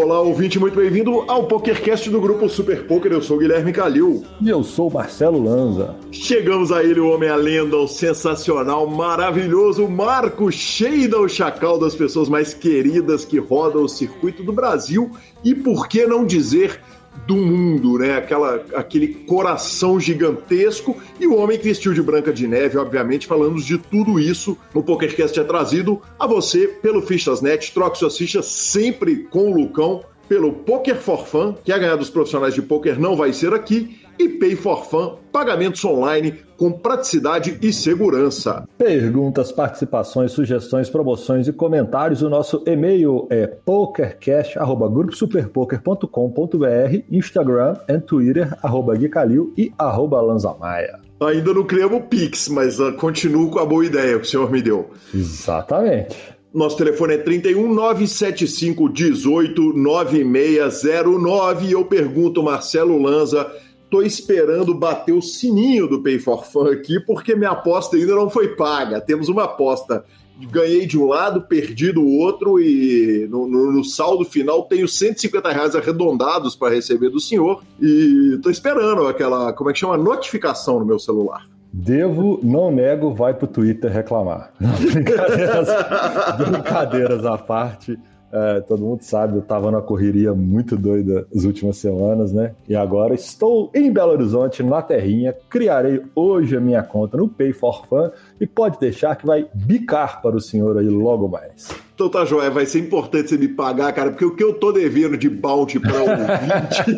Olá, ouvinte, muito bem-vindo ao PokerCast do Grupo Super Poker. Eu sou o Guilherme Calil. E eu sou o Marcelo Lanza. Chegamos a ele, o homem, a lenda, o sensacional, maravilhoso Marco Sheida, o chacal das pessoas mais queridas que rodam o circuito do Brasil e, por que não dizer, do mundo, né? Aquele coração gigantesco e o homem que vestiu de Branca de Neve, obviamente, falando de tudo isso. O PokerCast é trazido a você pelo Fichas.net. Troque suas fichas sempre com o Lucão, pelo Poker for Fun, que a ganhar dos profissionais de poker não vai ser aqui, e Pay for Fun, pagamentos online com praticidade e segurança. Perguntas, participações, sugestões, promoções e comentários. O nosso e-mail é pokercast@gruposuperpoker.com.br, Instagram e Twitter, @guicalil e @lanzamaia. Ainda não criamos o Pix, mas continuo com a boa ideia que o senhor me deu. Exatamente. Nosso telefone é 31 975 18 9609 e eu pergunto, Marcelo Lanza, tô esperando bater o sininho do Pay for Fun aqui porque minha aposta ainda não foi paga. Temos uma aposta, ganhei de um lado, perdi do outro e no saldo final tenho R$150 arredondados para receber do senhor e tô esperando aquela, como é que chama, notificação no meu celular. Devo, não nego, vai pro Twitter reclamar. Brincadeiras à parte, todo mundo sabe, eu tava numa correria muito doida as últimas semanas, né? E agora estou em Belo Horizonte, na terrinha, criarei hoje a minha conta no Pay for Fun e pode deixar que vai bicar para o senhor aí logo mais. Então tá, joia, vai ser importante você me pagar, cara, porque o que eu tô devendo de bounty para o ouvinte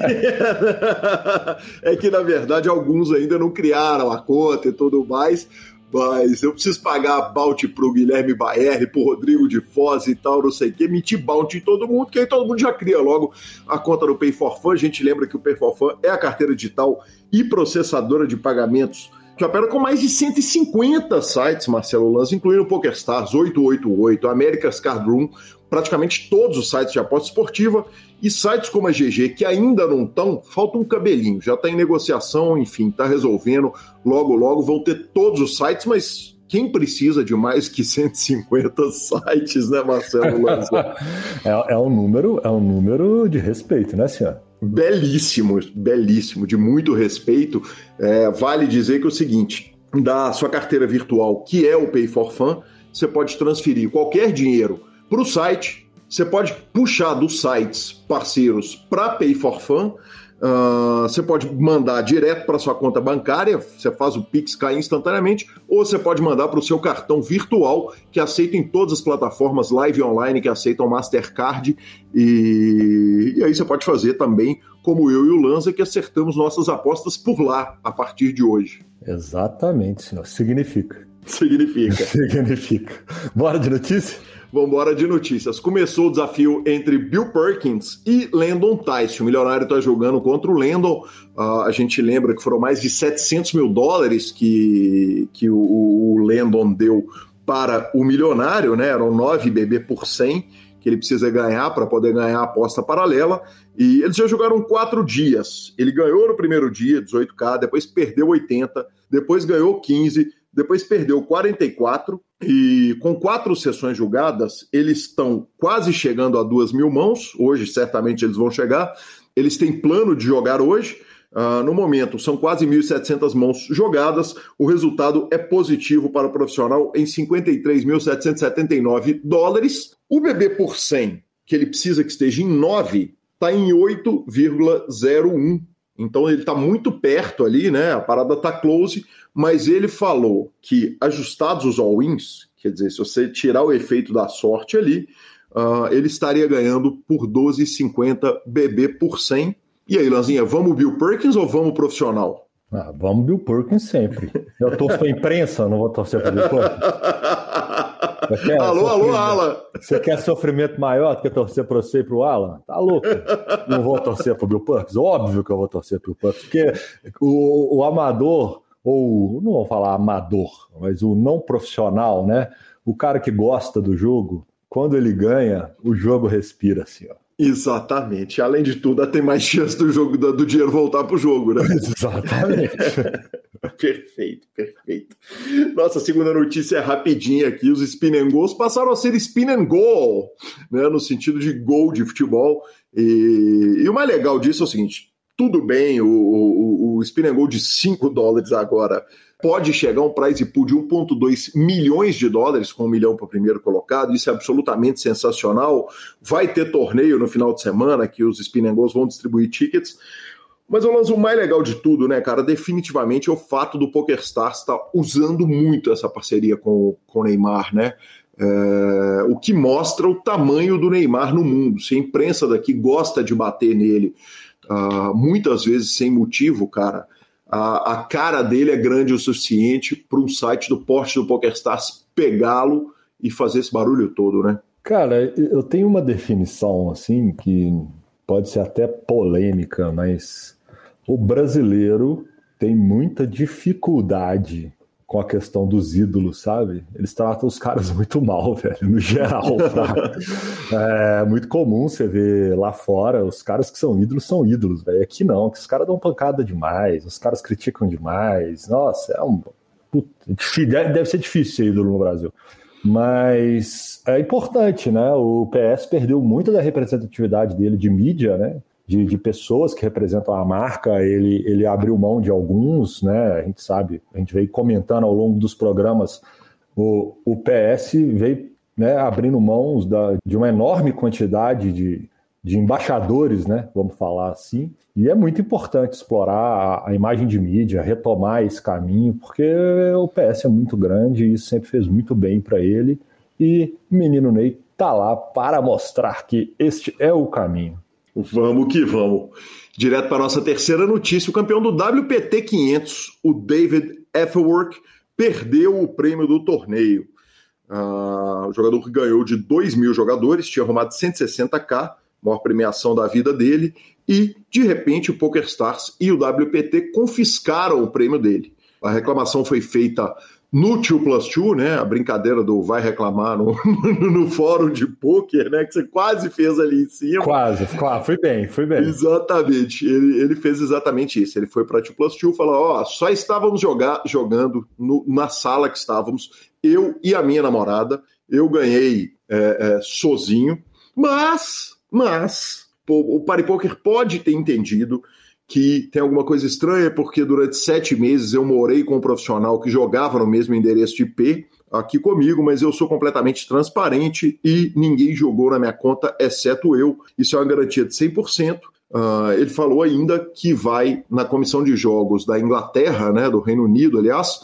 é que, na verdade, alguns ainda não criaram a conta e tudo mais, mas eu preciso pagar a bounty pro Guilherme Baerre, pro Rodrigo de Foz e tal, não sei o que, emitir bounty em todo mundo, que aí todo mundo já cria logo a conta do Pay for Fun. A gente lembra que o Pay for Fun é a carteira digital e processadora de pagamentos que opera com mais de 150 sites, Marcelo Lanza, incluindo o PokerStars, 888, America's Card Room, praticamente todos os sites de aposta esportiva e sites como a GG, que ainda não estão, falta um cabelinho, já está em negociação, enfim, está resolvendo, logo vão ter todos os sites, mas quem precisa de mais que 150 sites, né, Marcelo Lanza? É um número de respeito, né, senhor? Belíssimo, de muito respeito. Vale dizer que é o seguinte, da sua carteira virtual, que é o Pay for Fun, você pode transferir qualquer dinheiro para o site, você pode puxar dos sites parceiros para Pay for Fun, você pode mandar direto para sua conta bancária, você faz o Pix cair instantaneamente, ou você pode mandar para o seu cartão virtual, que aceita em todas as plataformas live online, que aceitam Mastercard, e aí você pode fazer também, como eu e o Lanza, que acertamos nossas apostas por lá, a partir de hoje. Exatamente, senhor. Significa. Bora de notícia? Vambora de notícias. Começou o desafio entre Bill Perkins e Landon Tyce. O milionário está jogando contra o Landon. A gente lembra que foram mais de $700 mil que o Landon deu para o milionário, né? Eram 9 BB por 100 que ele precisa ganhar para poder ganhar a aposta paralela. E eles já jogaram 4 dias. Ele ganhou no primeiro dia, 18K, depois perdeu 80, depois ganhou 15, depois perdeu 44, e com 4 sessões jogadas, eles estão quase chegando a 2.000 mãos, hoje certamente eles vão chegar, eles têm plano de jogar hoje, no momento são quase 1.700 mãos jogadas, o resultado é positivo para o profissional em $53.779, o BB por 100, que ele precisa que esteja em 9, está em 8,01, então ele está muito perto ali, né? A parada está close, mas ele falou que ajustados os all-ins, quer dizer, se você tirar o efeito da sorte ali, ele estaria ganhando por 12,50 BB por 100. E aí, Lanzinha, vamos Bill Perkins ou vamos profissional? Vamos Bill Perkins sempre. Eu torço para a imprensa, não vou torcer para Bill Perkins. Alô, Alan. Você quer sofrimento maior do que torcer para você e para o Alan? Tá louco? Não vou torcer para o Bill Perkins? Óbvio que eu vou torcer para o Perkins, porque o amador, ou não vou falar amador, mas o não profissional, né? O cara que gosta do jogo, quando ele ganha, o jogo respira assim, ó. Exatamente. Além de tudo, tem mais chance do dinheiro voltar pro jogo, né? Exatamente. Perfeito, perfeito. Nossa segunda notícia é rapidinha aqui. Os Spin and Goals passaram a ser Spin and Goal, né, no sentido de gol de futebol. E o mais legal disso é o seguinte, tudo bem, o Spin and Goal de $5 agora pode chegar a um prize pool de 1,2 milhões de dólares, com $1 milhão para o primeiro colocado. Isso é absolutamente sensacional. Vai ter torneio no final de semana, que os Spin and Goals vão distribuir tickets. Mas, Orlando, o mais legal de tudo, né, cara, definitivamente é o fato do PokerStars estar usando muito essa parceria com o Neymar, né? O que mostra o tamanho do Neymar no mundo. Se a imprensa daqui gosta de bater nele, muitas vezes sem motivo, cara, a cara dele é grande o suficiente para um site do porte do PokerStars pegá-lo e fazer esse barulho todo, né? Cara, eu tenho uma definição, assim, que pode ser até polêmica, mas o brasileiro tem muita dificuldade com a questão dos ídolos, sabe? Eles tratam os caras muito mal, velho, no geral. Tá? É muito comum você ver lá fora, os caras que são ídolos, velho. Aqui não, que os caras dão pancada demais, os caras criticam demais. Nossa, deve ser difícil ser ídolo no Brasil. Mas é importante, né? O PS perdeu muito da representatividade dele de mídia, né? De pessoas que representam a marca, ele abriu mão de alguns, né? A gente sabe, a gente veio comentando ao longo dos programas, o PS veio, né, abrindo mãos de uma enorme quantidade de embaixadores, né? Vamos falar assim. E é muito importante explorar a imagem de mídia, retomar esse caminho, porque o PS é muito grande e isso sempre fez muito bem para ele. E o menino Ney tá lá para mostrar que este é o caminho. Vamos que vamos. Direto para a nossa terceira notícia, o campeão do WPT 500, o David Effelwork, perdeu o prêmio do torneio. O jogador que ganhou de 2 mil jogadores, tinha arrumado 160k, maior premiação da vida dele, e, de repente, o PokerStars e o WPT confiscaram o prêmio dele. A reclamação foi feita no 2+2, né? A brincadeira do vai reclamar no fórum de pôquer, né? Que você quase fez ali em cima. Quase, foi bem. Exatamente, ele fez exatamente isso. Ele foi para 2+2 e falou, só estávamos jogando na sala que estávamos, eu e a minha namorada. Eu ganhei sozinho, mas o PariPoker pode ter entendido que tem alguma coisa estranha, porque durante 7 meses eu morei com um profissional que jogava no mesmo endereço de IP aqui comigo, mas eu sou completamente transparente e ninguém jogou na minha conta, exceto eu. Isso é uma garantia de 100%. Ele falou ainda que vai na comissão de jogos da Inglaterra, né, do Reino Unido, aliás,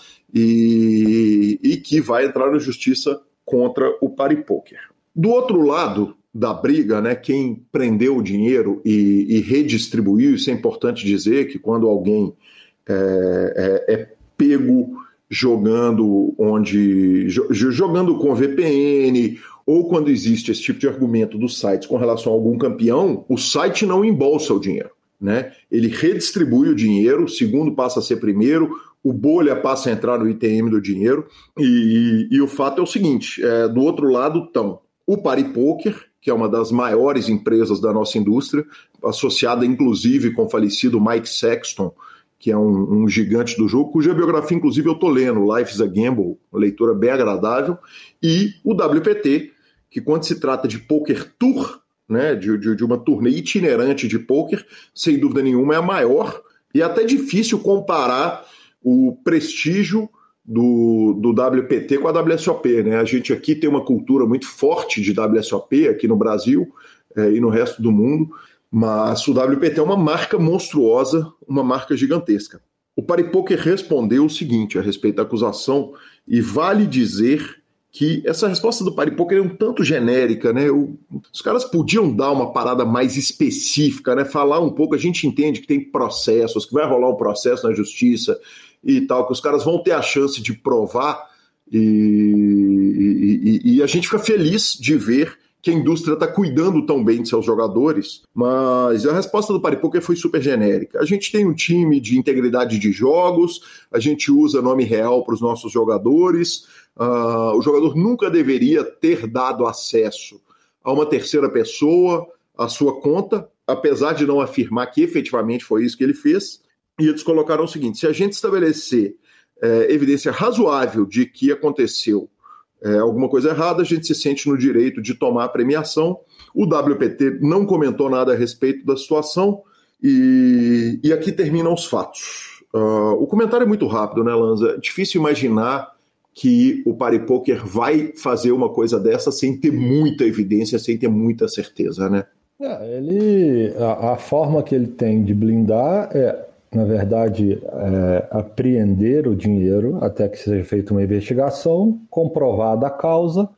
e que vai entrar na justiça contra o PariPoker. Do outro lado da briga, né, quem prendeu o dinheiro e redistribuiu, isso é importante dizer, que quando alguém é pego jogando com VPN, ou quando existe esse tipo de argumento dos sites com relação a algum campeão, o site não embolsa o dinheiro, né? Ele redistribui o dinheiro, o segundo passa a ser primeiro, o bolha passa a entrar no ITM do dinheiro, e o fato é o seguinte, do outro lado estão o PariPoker, que é uma das maiores empresas da nossa indústria, associada inclusive com o falecido Mike Sexton, que é um gigante do jogo, cuja biografia inclusive eu estou lendo, Life is a Gamble, uma leitura bem agradável, e o WPT, que quando se trata de Poker Tour, né, de uma turnê itinerante de poker, sem dúvida nenhuma é a maior, e é até difícil comparar o prestígio do WPT com a WSOP, né? A gente aqui tem uma cultura muito forte de WSOP aqui no Brasil e no resto do mundo, mas o WPT é uma marca monstruosa, uma marca gigantesca. O PariPoker respondeu o seguinte a respeito da acusação, e vale dizer que essa resposta do PariPoker é um tanto genérica, né? Os caras podiam dar uma parada mais específica, né? Falar um pouco, a gente entende que tem processos, que vai rolar um processo na justiça e tal, que os caras vão ter a chance de provar, e a gente fica feliz de ver que a indústria está cuidando tão bem de seus jogadores, mas a resposta do PariPoker foi super genérica. A gente tem um time de integridade de jogos, a gente usa nome real para os nossos jogadores, o jogador nunca deveria ter dado acesso a uma terceira pessoa à sua conta, apesar de não afirmar que efetivamente foi isso que ele fez. e eles colocaram o seguinte: se a gente estabelecer evidência razoável de que aconteceu alguma coisa errada, a gente se sente no direito de tomar a premiação. O WPT não comentou nada a respeito da situação e aqui terminam os fatos. O comentário é muito rápido, né, Lanza? É difícil imaginar que o Party Poker vai fazer uma coisa dessa sem ter muita evidência, sem ter muita certeza, né? A forma que ele tem de blindar na verdade, apreender o dinheiro até que seja feita uma investigação, comprovada a causa,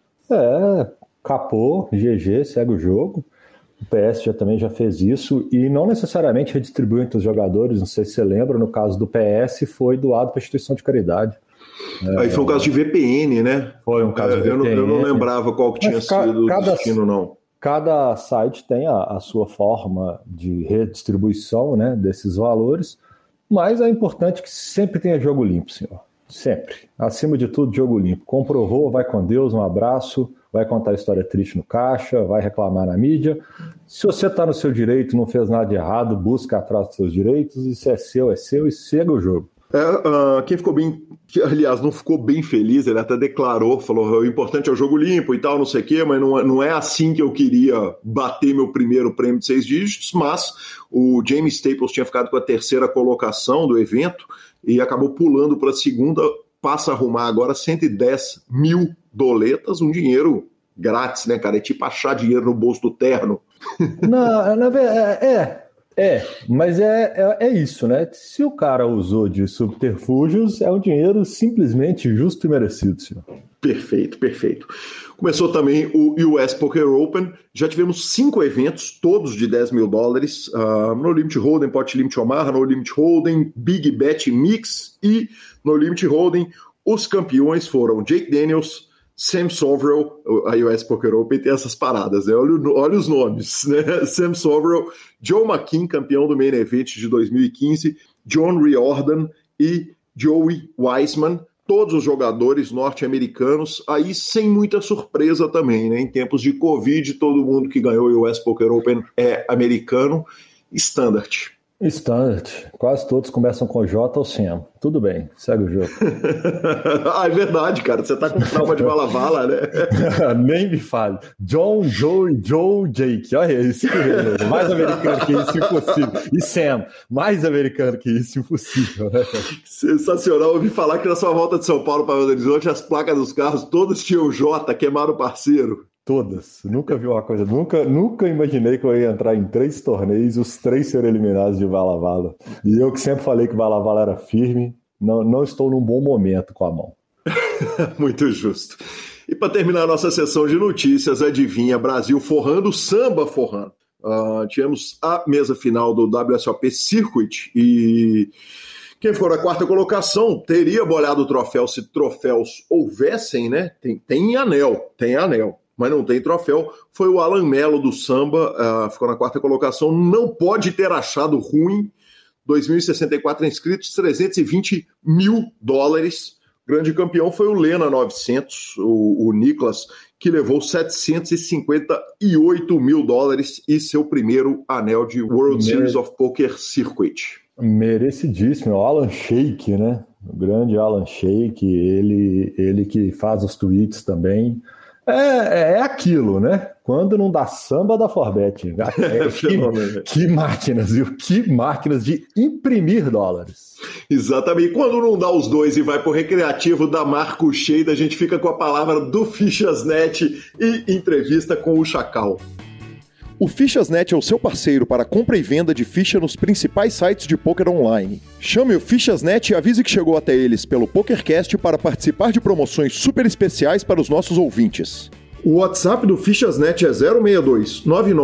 capô, GG, segue o jogo. O PS também já fez isso e não necessariamente redistribuiu entre os jogadores, não sei se você lembra, no caso do PS foi doado para instituição de caridade. Aí foi um caso de VPN, né? Foi um caso de VPN. Eu não lembrava qual que tinha sido o destino, não. Cada site tem a sua forma de redistribuição, né, desses valores, mas é importante que sempre tenha jogo limpo, senhor. Sempre. Acima de tudo, jogo limpo. Comprovou, vai com Deus, um abraço, vai contar história triste no caixa, vai reclamar na mídia. Se você está no seu direito, não fez nada de errado, busca atrás dos seus direitos, isso é seu e segue o jogo. Quem ficou bem, aliás, não ficou bem feliz, ele até declarou, falou, o importante é o jogo limpo e tal, não sei o quê, mas não é assim que eu queria bater meu primeiro prêmio de 6 dígitos, mas o James Staples tinha ficado com a terceira colocação do evento e acabou pulando para a segunda, passa a arrumar agora 110 mil doletas, um dinheiro grátis, né, cara? É tipo achar dinheiro no bolso do terno. Não, na verdade, mas é isso, né? Se o cara usou de subterfúgios, é um dinheiro simplesmente justo e merecido, senhor. Perfeito. Começou também o US Poker Open, já tivemos 5 eventos, todos de 10 mil dólares, No Limit Hold'em, Pot Limit Omaha, No Limit Hold'em, Big Bet Mix e No Limit Hold'em. Os campeões foram Jake Daniels, Sam Soverell, a US Poker Open tem essas paradas, né? Olha os nomes, né? Sam Soverell, Joe McKean, campeão do Main Event de 2015, John Riordan e Joey Wiseman, todos os jogadores norte-americanos, aí sem muita surpresa também, né? Em tempos de Covid, todo mundo que ganhou o US Poker Open é americano. Standard. Quase todos começam com J ou Sam. Tudo bem, segue o jogo. É verdade, cara. Você tá com trauma de bala, né? Nem me fale. John, Joe, Jake. Olha isso, mais americano que isso, impossível. E Sam, mais americano que isso, impossível. Né? Sensacional. Ouvi falar que na sua volta de São Paulo para Belo Horizonte, as placas dos carros todas tinham J, queimaram o parceiro. Todas. Nunca vi uma coisa. Nunca imaginei que eu ia entrar em 3 torneios, os 3 serem eliminados de Vala-Vala. E eu que sempre falei que Vala-Vala era firme, não estou num bom momento com a mão. Muito justo. E para terminar a nossa sessão de notícias, adivinha, Brasil forrando, samba forrando. Tivemos a mesa final do WSOP Circuit e quem for a 4ª colocação teria bolhado o troféu se troféus houvessem, né? Tem anel. Mas não tem troféu, foi o Alan Mello do samba, ficou na 4ª colocação, não pode ter achado ruim, 2.064 inscritos, 320 mil dólares, grande campeão foi o Lena 900, o Nicolas, que levou 758 mil dólares e seu primeiro anel de World Series of Poker Circuit. Merecidíssimo, o Alan Sheik, né? O grande Alan Sheik, ele que faz os tweets também. É aquilo, né? Quando não dá samba, dá forbet. Que máquinas, viu? Que máquinas de imprimir dólares. Exatamente. Quando não dá os dois e vai pro recreativo da Marco Cheida, a gente fica com a palavra do Fichasnet e entrevista com o Chacal. O Fichasnet é o seu parceiro para compra e venda de ficha nos principais sites de poker online. Chame o Fichasnet e avise que chegou até eles pelo PokerCast para participar de promoções super especiais para os nossos ouvintes. O WhatsApp do Fichasnet é 062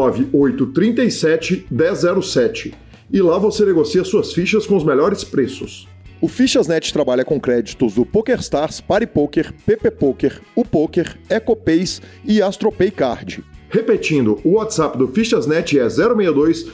99837 1007 e lá você negocia suas fichas com os melhores preços. O Fichasnet trabalha com créditos do PokerStars, PariPoker, PP Poker, o Poker, EcoPays e AstroPay Card. Repetindo, o WhatsApp do Fichasnet é 062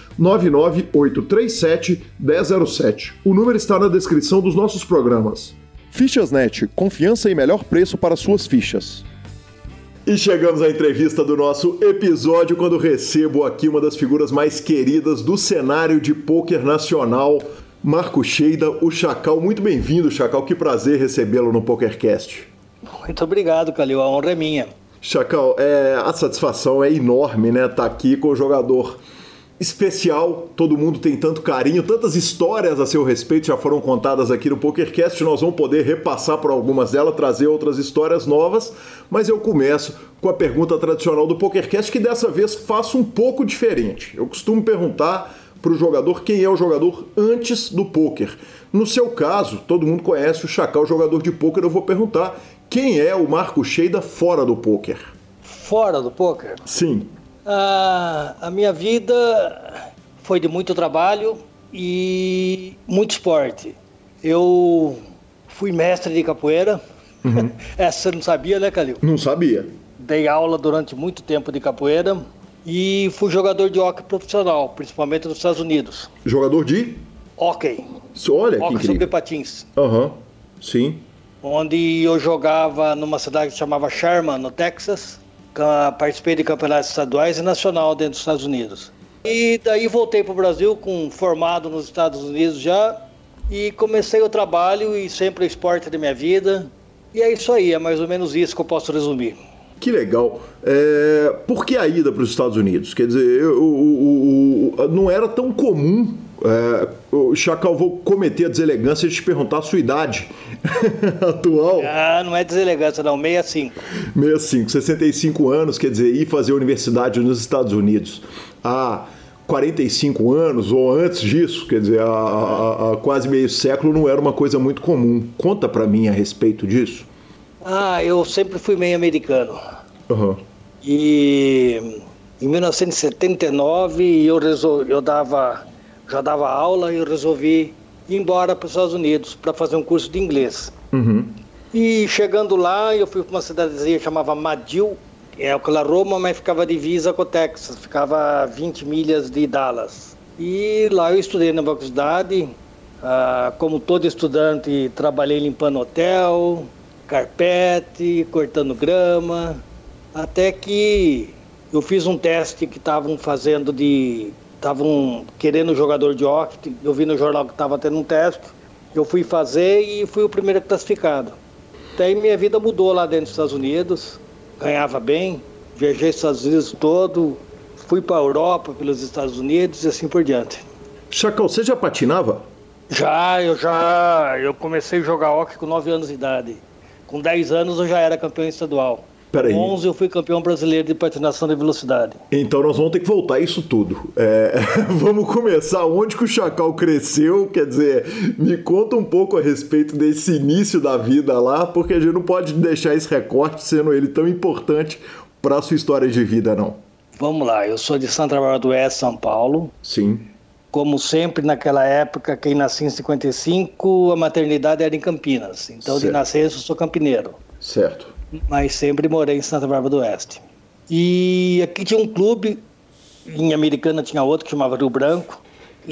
99837 1007. O número está na descrição dos nossos programas. Fichasnet, confiança e melhor preço para suas fichas. E chegamos à entrevista do nosso episódio, quando recebo aqui uma das figuras mais queridas do cenário de pôquer nacional, Marco Cheida, o Chacal. Muito bem-vindo, Chacal. Que prazer recebê-lo no PokerCast. Muito obrigado, Calil. A honra é minha. Chacal, a satisfação é enorme, né? Estar aqui com o jogador especial. Todo mundo tem tanto carinho, tantas histórias a seu respeito já foram contadas aqui no PokerCast. Nós vamos poder repassar por algumas delas, trazer outras histórias novas. Mas eu começo com a pergunta tradicional do PokerCast, que dessa vez faço um pouco diferente. Eu costumo perguntar para o jogador quem é o jogador antes do pôquer. No seu caso, todo mundo conhece o Chacal, jogador de pôquer. Eu vou perguntar quem é o Marco Cheida fora do pôquer. Fora do pôquer? Sim. A minha vida foi de muito trabalho e muito esporte. Eu fui mestre de capoeira. Uhum. Essa você não sabia, né, Calil? Não sabia. Dei aula durante muito tempo de capoeira. E fui jogador de hóquei profissional, principalmente nos Estados Unidos. Jogador de? Hóquei. Olha que incrível. Sobre patins. Aham, sim. Onde eu jogava numa cidade que se chamava Sherman, no Texas. Participei de campeonatos estaduais e nacional dentro dos Estados Unidos. E daí voltei para o Brasil, formado nos Estados Unidos já. E comecei o trabalho e sempre o esporte da minha vida. E é isso aí, é mais ou menos isso que eu posso resumir. Que legal. Por que a ida para os Estados Unidos? Quer dizer, não era tão comum. Chacal, vou cometer a deselegância de te perguntar a sua idade atual. Não é deselegância não, 65. 65 anos, quer dizer, ir fazer universidade nos Estados Unidos há 45 anos ou antes disso, quer dizer, há quase meio século, não era uma coisa muito comum. Conta para mim a respeito disso. Eu sempre fui meio americano. Uhum. E em 1979 já dava aula e eu resolvi ir embora para os Estados Unidos para fazer um curso de inglês. Uhum. E chegando lá, eu fui para uma cidadezinha que chamava Madill, é Oklahoma, mas ficava divisa com o Texas, ficava a 20 milhas de Dallas. E lá eu estudei na faculdade, como todo estudante, trabalhei limpando hotel, carpete, cortando grama, até que eu fiz um teste que estavam querendo jogador de hóquei. Eu vi no jornal que estava tendo um teste, eu fui fazer e fui o primeiro classificado. Daí minha vida mudou lá dentro dos Estados Unidos, ganhava bem, viajei os Estados Unidos todo, fui para a Europa, pelos Estados Unidos e assim por diante. Chacal, você já patinava? Eu comecei a jogar hóquei com 9 anos de idade. Com 10 anos eu já era campeão estadual. Peraí. Com 11 eu fui campeão brasileiro de patinação de velocidade. Então nós vamos ter que voltar isso tudo. Vamos começar onde que o Chacal cresceu, quer dizer, me conta um pouco a respeito desse início da vida lá, porque a gente não pode deixar esse recorte sendo ele tão importante para a sua história de vida, não. Vamos lá, eu sou de Santa Bárbara do Oeste, São Paulo. Sim. Como sempre, naquela época, quem nascia em 55, a maternidade era em Campinas. Então, certo. De nascença, eu sou campineiro. Certo. Mas sempre morei em Santa Bárbara do Oeste. E aqui tinha um clube, em Americana tinha outro que chamava Rio Branco.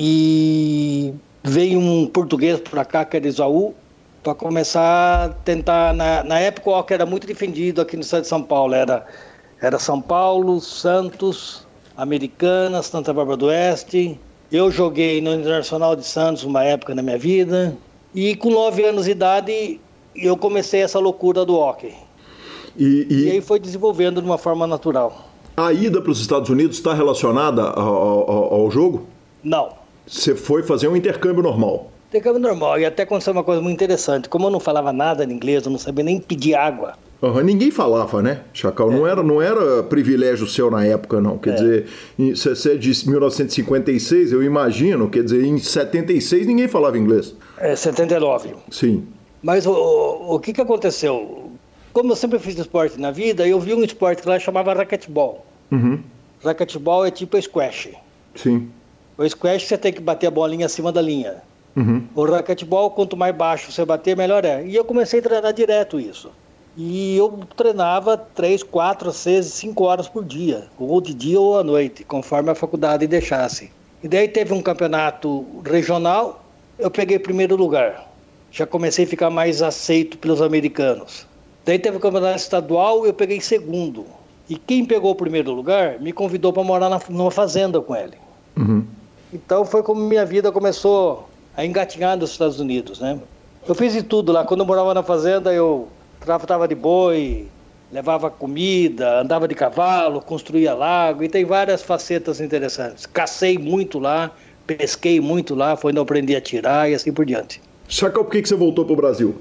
E veio um português para cá, que era Isaú, para começar a tentar... Na época, o hóquei era muito defendido aqui no estado de São Paulo. Era São Paulo, Santos, Americana, Santa Bárbara do Oeste... Eu joguei no Internacional de Santos uma época na minha vida e com 9 anos de idade eu comecei essa loucura do hóquei. E aí foi desenvolvendo de uma forma natural. A ida para os Estados Unidos está relacionada ao jogo? Não. Você foi fazer um intercâmbio normal? Intercâmbio normal, e até aconteceu uma coisa muito interessante. Como eu não falava nada de inglês, eu não sabia nem pedir água. Uhum, ninguém falava, né, Chacal? Não era privilégio seu na época, não. Quer dizer, você disse 1956, eu imagino, quer dizer, em 76 ninguém falava inglês. 79. Sim. Mas o que aconteceu? Como eu sempre fiz esporte na vida, eu vi um esporte que lá chamava racquetball. Uhum. Racquetball é tipo squash. Sim. O squash você tem que bater a bolinha acima da linha. Uhum. O racquetball, quanto mais baixo você bater, melhor é. E eu comecei a treinar direto isso. E eu treinava 3, 4, 6, 5 horas por dia, ou de dia ou à noite, conforme a faculdade deixasse. E daí teve um campeonato regional, eu peguei primeiro lugar. Já comecei a ficar mais aceito pelos americanos. Daí teve o campeonato estadual, eu peguei segundo. E quem pegou o primeiro lugar me convidou para morar numa fazenda com ele. Uhum. Então foi como minha vida começou a engatinhar nos Estados Unidos, né? Eu fiz de tudo lá. Quando eu morava na fazenda, eu tratava de boi, levava comida, andava de cavalo, construía lago, e tem várias facetas interessantes. Cacei muito lá, pesquei muito lá, foi onde eu aprendi a tirar e assim por diante. Chacal, por que você voltou pro Brasil?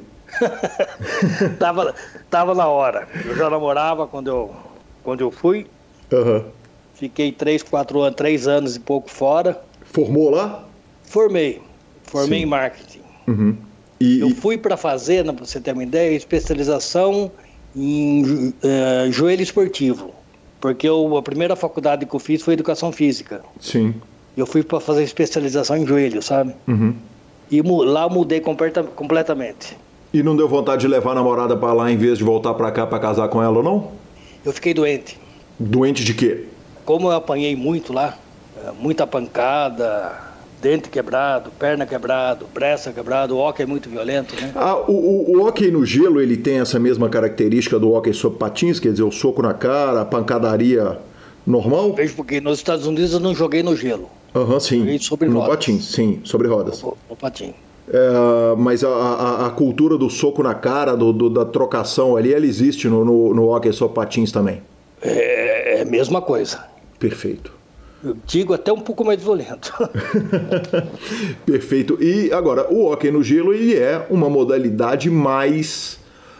tava na hora. Eu já namorava quando eu fui. Uhum. Fiquei 3 anos e pouco fora. Formou lá? Formei em marketing. Uhum. Eu fui para fazer, para você ter uma ideia, especialização em joelho esportivo. Porque a primeira faculdade que eu fiz foi educação física. Sim. Eu fui para fazer especialização em joelho, sabe? Uhum. E lá eu mudei completamente. E não deu vontade de levar a namorada para lá em vez de voltar para cá para casar com ela ou não? Eu fiquei doente. Doente de quê? Como eu apanhei muito lá, muita pancada, dente quebrado, perna quebrado, breça quebrado, o hóquei é muito violento, né? O hóquei no gelo, ele tem essa mesma característica do hóquei sobre patins, quer dizer, o soco na cara, a pancadaria normal? Vejo porque nos Estados Unidos eu não joguei no gelo. Aham, sim. Joguei sobre no rodas. Patins, sim, sobre rodas. No patim. Mas a cultura do soco na cara, da trocação ali, ela existe no hóquei sobre patins também? É a mesma coisa. Perfeito. Eu digo até um pouco mais violento. Perfeito. E agora, o hóquei no gelo, ele é uma modalidade mais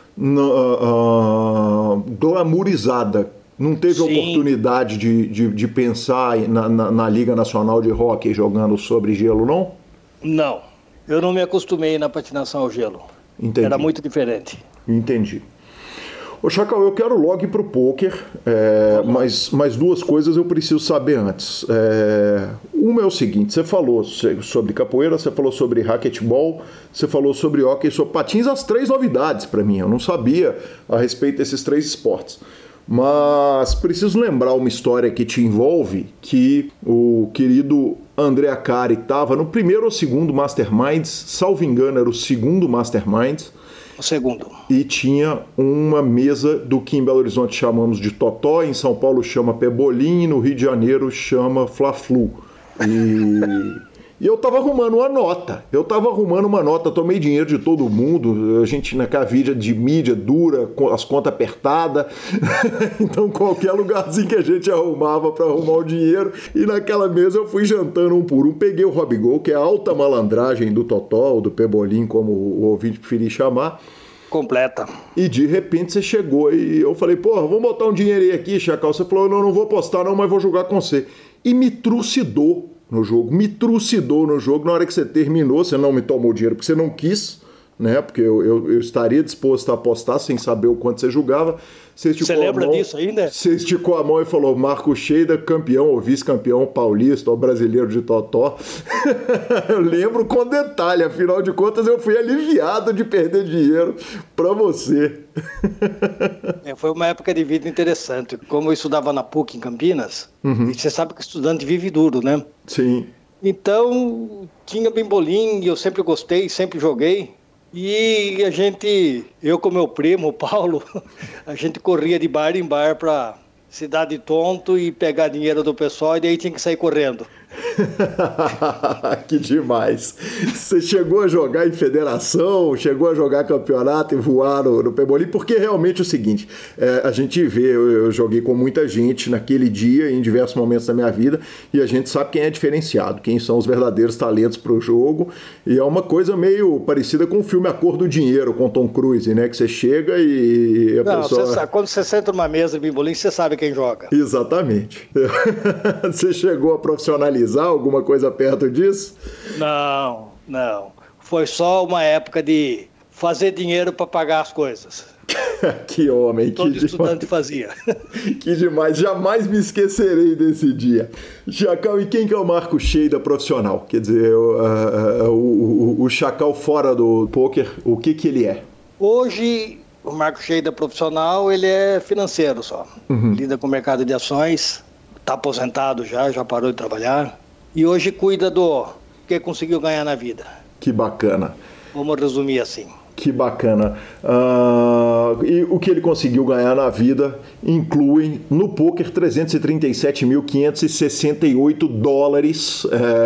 glamourizada. Não teve oportunidade de pensar na Liga Nacional de Hóquei jogando sobre gelo, não? Não. Eu não me acostumei na patinação ao gelo. Entendi. Era muito diferente. Entendi. Ô Chacal, eu quero logo ir pro pôquer, mas duas coisas eu preciso saber antes. Uma é o seguinte, você falou sobre capoeira, você falou sobre racquetball, você falou sobre hóquei, sobre patins, as 3 novidades para mim. Eu não sabia a respeito desses 3 esportes. Mas preciso lembrar uma história que te envolve, que o querido André Acari estava no primeiro ou segundo Masterminds, salvo engano era o segundo Masterminds. O segundo. E tinha uma mesa do que em Belo Horizonte chamamos de totó, em São Paulo chama pebolim e no Rio de Janeiro chama fla-flu. E eu tava arrumando uma nota, tomei dinheiro de todo mundo, a gente naquela vida de mídia dura, com as contas apertadas, então qualquer lugarzinho que a gente arrumava para arrumar o dinheiro, e naquela mesa eu fui jantando um por um, peguei o Robigol, que é a alta malandragem do totó, ou do pebolim, como o ouvinte preferir chamar. Completa. E de repente você chegou e eu falei, porra, vamos botar um dinheiro aí aqui, Chacal. Você falou, não vou apostar não, mas vou jogar com você. E me trucidou no jogo, na hora que você terminou, você não me tomou dinheiro porque você não quis, né? Porque eu estaria disposto a apostar sem saber o quanto você jogava. Você lembra disso ainda? Você esticou a mão e falou, Marco Cheida, campeão ou vice-campeão paulista ou brasileiro de totó. Eu lembro com detalhe, afinal de contas eu fui aliviado de perder dinheiro para você. Foi uma época de vida interessante. Como eu estudava na PUC em Campinas, e você sabe que estudante vive duro, né? Sim. Então, tinha bimbolim, eu sempre gostei, sempre joguei. E eu com meu primo, o Paulo, a gente corria de bar em bar pra cidade tonto e pegar dinheiro do pessoal e daí tinha que sair correndo. Que demais. Você chegou a jogar em federação, chegou a jogar campeonato e voar no pebolim, porque realmente é o seguinte, a gente vê, eu joguei com muita gente naquele dia, em diversos momentos da minha vida, e a gente sabe quem é diferenciado, quem são os verdadeiros talentos para o jogo, e é uma coisa meio parecida com o filme A Cor do Dinheiro, com Tom Cruise, né, que você chega e a pessoa... Quando você senta numa mesa de bimbolim, você sabe quem joga. Exatamente. Você chegou a profissionalizar alguma coisa perto disso? Não. Foi só uma época de fazer dinheiro para pagar as coisas. Que homem, todo estudante fazia. Que demais, jamais me esquecerei desse dia. Chacal, e quem que é o Marco Cheida profissional? Quer dizer, o Chacal fora do pôquer, o que ele é? Hoje, o Marco Cheida profissional, ele é financeiro só. Lida com o mercado de ações, está aposentado já parou de trabalhar. E hoje cuida do que conseguiu ganhar na vida. Que bacana. Vamos resumir assim. Que bacana. E o que ele conseguiu ganhar na vida inclui no poker $337.568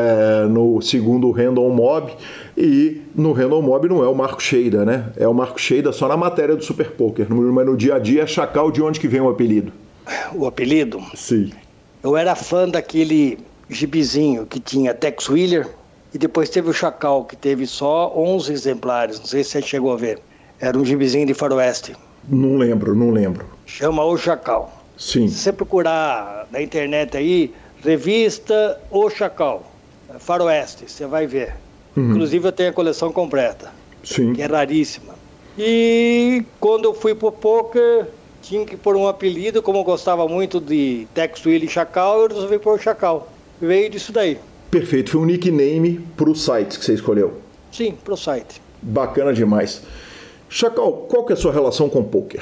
no segundo Random Mob. E no Random Mob não é o Marco Sheida, né? É o Marco Sheida só na matéria do Super Poker. Mas no dia a dia é Chacal. De onde que vem o apelido? O apelido? Sim. Eu era fã daquele gibizinho que tinha Tex Willer. E depois teve o Chacal, que teve só 11 exemplares. Não sei se você chegou a ver. Era um gibizinho de faroeste. Não lembro. Chama O Chacal. Sim. Se você procurar na internet aí, revista O Chacal, faroeste, você vai ver. Inclusive eu tenho a coleção completa. Sim. Que é raríssima. E quando eu fui pro poker, tinha que pôr um apelido. Como eu gostava muito de Tex Willer e Chacal, eu resolvi pôr o Chacal. Veio disso daí. Perfeito, foi um nickname para o site que você escolheu. Sim, para o site. Bacana demais. Chacal, qual que é a sua relação com o poker?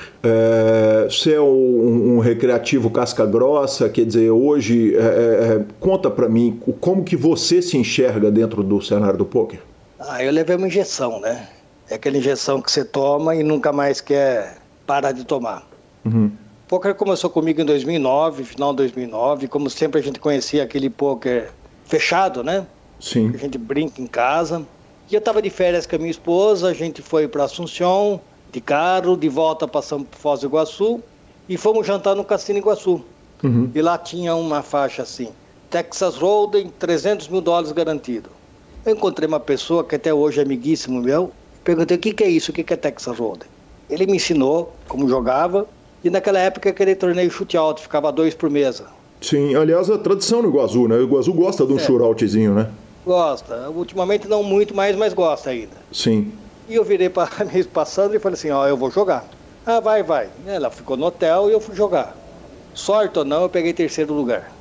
Você é um recreativo casca grossa, quer dizer, hoje, conta para mim como que você se enxerga dentro do cenário do poker? Eu levei uma injeção, né? É aquela injeção que você toma e nunca mais quer parar de tomar. O poker começou comigo em 2009, final de 2009, como sempre a gente conhecia aquele poker fechado, né? Sim. A gente brinca em casa. E eu estava de férias com a minha esposa, a gente foi para Assunção, de carro, de volta passamos por Foz do Iguaçu e fomos jantar no Cassino Iguaçu. E lá tinha uma faixa assim, Texas Hold'em, $300 mil garantido. Eu encontrei uma pessoa que até hoje é amiguíssimo meu, perguntei o que é isso, o que é Texas Hold'em. Ele me ensinou como jogava e naquela época aquele torneio chute alto, ficava 2 por mesa. Sim, aliás, a tradição no Iguaçu, né? O Iguaçu gosta de um shootoutzinho, né? Gosta. Ultimamente não muito mais, mas gosta ainda. Sim. E eu virei para a minha passando e falei assim, eu vou jogar. Vai. Ela ficou no hotel e eu fui jogar. Sorte ou não, eu peguei 3º lugar.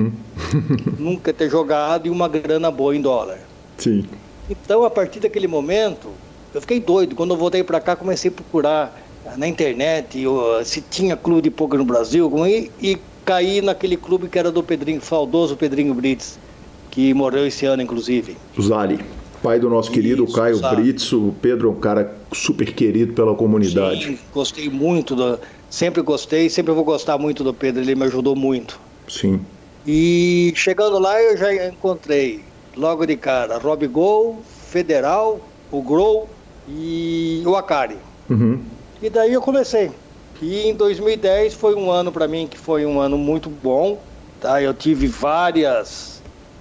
Nunca ter jogado e uma grana boa em dólar. Sim. Então, a partir daquele momento, eu fiquei doido. Quando eu voltei para cá, comecei a procurar na internet se tinha clube de poker no Brasil e caí naquele clube que era do Pedrinho, saudoso Pedrinho Brits, que morreu esse ano, inclusive. Zali, pai do nosso querido Caio Brits. O Pedro é um cara super querido pela comunidade. Sim, gostei muito, sempre gostei, sempre vou gostar muito do Pedro, ele me ajudou muito. Sim. E chegando lá eu já encontrei, logo de cara, Rob Gol, Federal, o Grow e o Akari. E daí eu comecei. E em 2010 foi um ano para mim que foi um ano muito bom, tá? Eu tive vários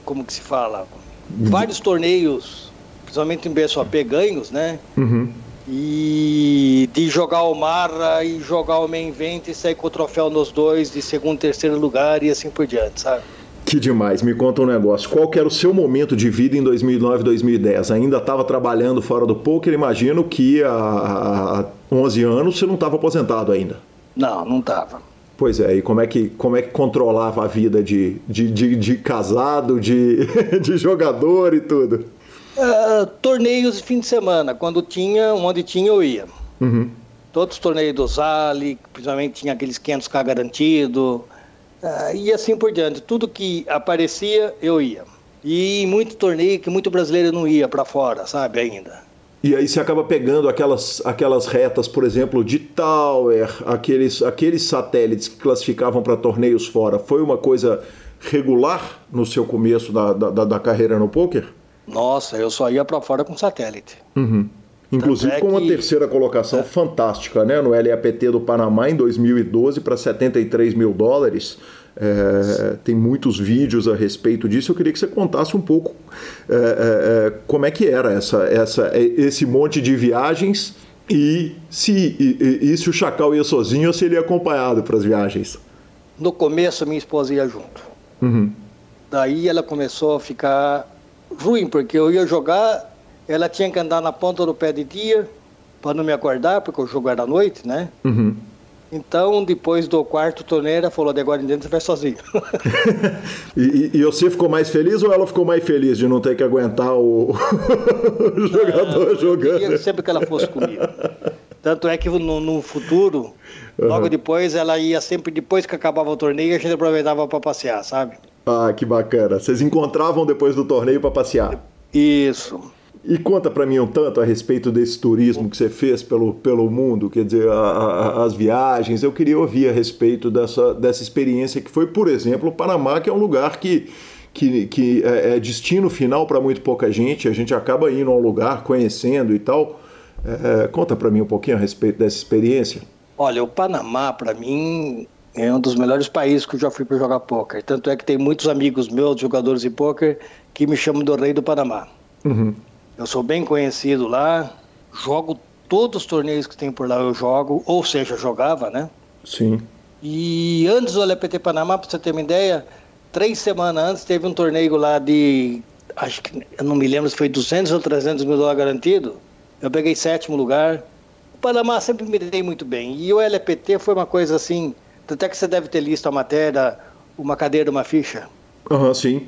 torneios, principalmente em BSOP ganhos, né? E de jogar o Marra e jogar o Main Event e sair com o troféu nos dois, de 2º e 3º lugar e assim por diante, sabe? Que demais, me conta um negócio. Qual que era o seu momento de vida em 2009, 2010? Ainda estava trabalhando fora do poker? Imagino que há 11 anos você não estava aposentado ainda. Não estava. Pois é, e como é que controlava a vida de casado, de jogador e tudo? Torneios de fim de semana, onde tinha eu ia. Todos os torneios do Zali, principalmente tinha aqueles 500k garantido, e assim por diante. Tudo que aparecia, eu ia. E muito torneio que muito brasileiro não ia para fora, sabe, ainda. E aí você acaba pegando aquelas retas, por exemplo, de Tower, aqueles satélites que classificavam para torneios fora. Foi uma coisa regular no seu começo da carreira no poker? Nossa, eu só ia para fora com satélite. Inclusive com uma 3ª colocação fantástica, né? No LAPT do Panamá em 2012 para $73 mil. Tem muitos vídeos a respeito disso. Eu queria que você contasse um pouco como é que era esse monte de viagens e se o Chacal ia sozinho ou se ele ia acompanhado para as viagens. No começo minha esposa ia junto. Daí ela começou a ficar ruim, porque eu ia jogar, ela tinha que andar na ponta do pé de dia para não me acordar, porque o jogo era à noite, né? Então, depois do 4º torneio, ela falou, de agora em diante você vai sozinho. E você ficou mais feliz ou ela ficou mais feliz de não ter que aguentar o jogador jogando? Eu queria sempre que ela fosse comigo. Tanto é que no futuro, logo depois, ela ia sempre, depois que acabava o torneio, a gente aproveitava para passear, sabe? Ah, que bacana. Vocês encontravam depois do torneio para passear? Isso. E conta para mim um tanto a respeito desse turismo que você fez pelo mundo, quer dizer, as viagens. Eu queria ouvir a respeito dessa experiência que foi, por exemplo, o Panamá, que é um lugar que é destino final para muito pouca gente. A gente acaba indo a um lugar, conhecendo e tal. Conta para mim um pouquinho a respeito dessa experiência. Olha, o Panamá, para mim, é um dos melhores países que eu já fui para jogar pôquer. Tanto é que tem muitos amigos meus, jogadores de pôquer, que me chamam do Rei do Panamá. Uhum. Eu sou bem conhecido lá, jogo todos os torneios que tem por lá, eu jogo, ou seja, jogava, né? Sim. E antes do LPT Panamá, para você ter uma ideia, 3 semanas antes teve um torneio lá de, acho que, eu não me lembro se foi 200 ou 300 mil dólares garantido. Eu peguei 7º lugar. O Panamá sempre me dei muito bem. E o LPT foi uma coisa assim, até que você deve ter listo a matéria, uma cadeira, uma ficha. Aham, sim.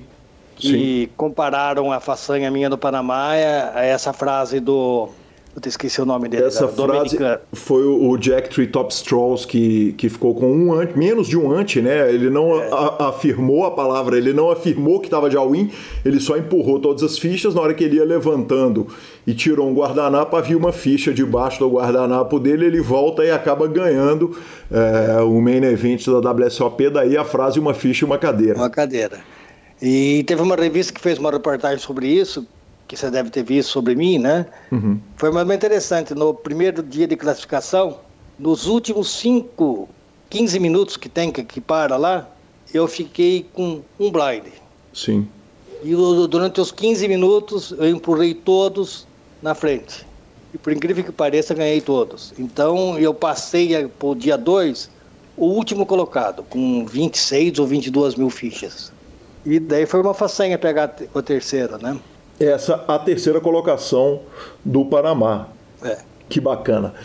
E compararam a façanha minha do Panamá a essa frase do... Eu esqueci o nome dele. Essa frase foi o Jack Treetop Strauss que ficou com menos de um ante, né? Ele não afirmou a palavra, ele não afirmou que estava de all-in, ele só empurrou todas as fichas. Na hora que ele ia levantando e tirou um guardanapo, havia uma ficha debaixo do guardanapo dele, ele volta e acaba ganhando o main event da WSOP, daí a frase uma ficha e uma cadeira. Uma cadeira. E teve uma revista que fez uma reportagem sobre isso, que você deve ter visto sobre mim, né? Uhum. Foi muito interessante. No primeiro dia de classificação, nos últimos 15 minutos que para lá, eu fiquei com um blind. Sim. E durante os 15 minutos, eu empurrei todos na frente. E por incrível que pareça, ganhei todos. Então, eu passei para o dia 2, o último colocado, com 26 ou 22 mil fichas. E daí foi uma façanha pegar a terceira, né? A terceira colocação do Panamá. Que bacana.